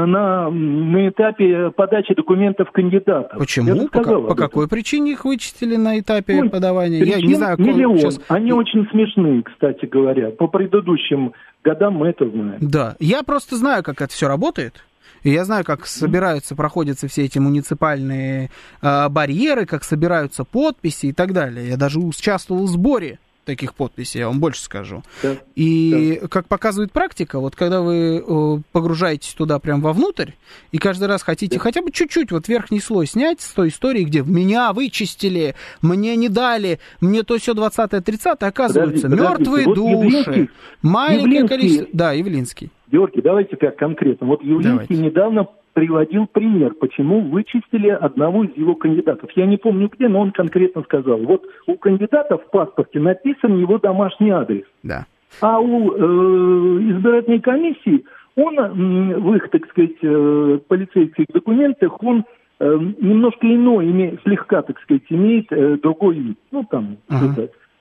этапе подачи документов кандидатов. Почему? По какой причине их вычистили на этапе подавания? Я не знаю, миллион. Сейчас... Они очень смешные, кстати говоря. По предыдущим годам мы это знаем. Да, я просто знаю, как это все работает. И я знаю, как проходятся все эти муниципальные барьеры, как собираются подписи и так далее. Я даже участвовал в сборе таких подписей, я вам больше скажу. Да, и как показывает практика, вот когда вы погружаетесь туда прям вовнутрь, и каждый раз хотите хотя бы чуть-чуть вот верхний слой снять с той истории, где меня вычистили, мне не дали, мне то все 20-е, 30-е, оказывается, мертвые души, маленькое количество... Да, Явлинский. Георгий, давайте как конкретно. Вот Явлинский недавно приводил пример, почему вычистили одного из его кандидатов. Я не помню где, но он конкретно сказал. Вот у кандидата в паспорте написан его домашний адрес. Да. А у избирательной комиссии он в их, так сказать, полицейских документах, он немножко иной, слегка, так сказать, имеет другой вид.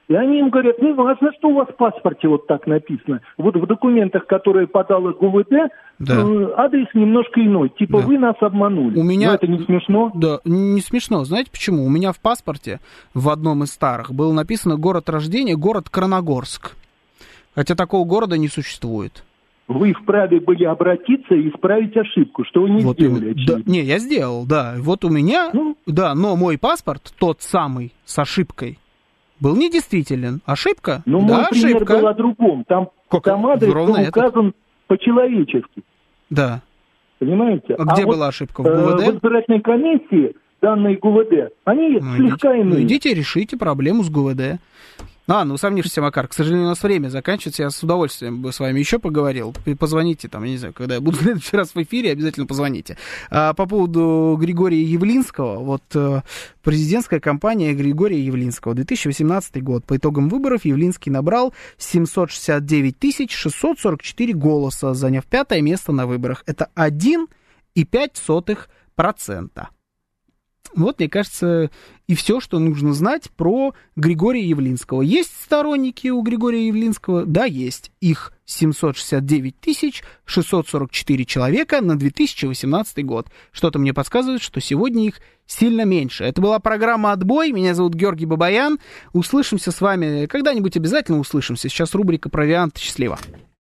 И они им говорят, не важно, что у вас в паспорте вот так написано. Вот в документах, которые подало ГУВД, адрес немножко иной. Типа вы нас обманули. У меня... Но это не смешно? Да, не смешно. Знаете почему? У меня в паспорте в одном из старых было написано город рождения, город Краногорск. Хотя такого города не существует. Вы вправе были обратиться и исправить ошибку, что вы не сделали. Да, не, я сделал, да. Вот у меня, да, но мой паспорт, тот самый, с ошибкой, был недействителен. Ошибка? Но да, мой пример ошибка. был о другом. Там адрес был указан по-человечески. Да. Понимаете? А где была ошибка? В ГУВД? В избирательной комиссии данные ГУВД, они слегка иные. Идите, решите проблему с ГУВД. Усомнившийся Макар, к сожалению, у нас время заканчивается, я с удовольствием бы с вами еще поговорил. Позвоните, там, я не знаю, когда я буду в следующий раз в эфире, обязательно позвоните. По поводу Григория Явлинского, вот президентская кампания Григория Явлинского, 2018 год. По итогам выборов Явлинский набрал 769 644 голоса, заняв 5-е место на выборах. Это 1,5%. Вот, мне кажется, и все, что нужно знать про Григория Явлинского. Есть сторонники у Григория Явлинского? Да, есть. Их 769 644 человека на 2018 год. Что-то мне подсказывает, что сегодня их сильно меньше. Это была программа «Отбой». Меня зовут Георгий Бабаян. Услышимся с вами. Когда-нибудь обязательно услышимся. Сейчас рубрика «Провиант». Счастливо.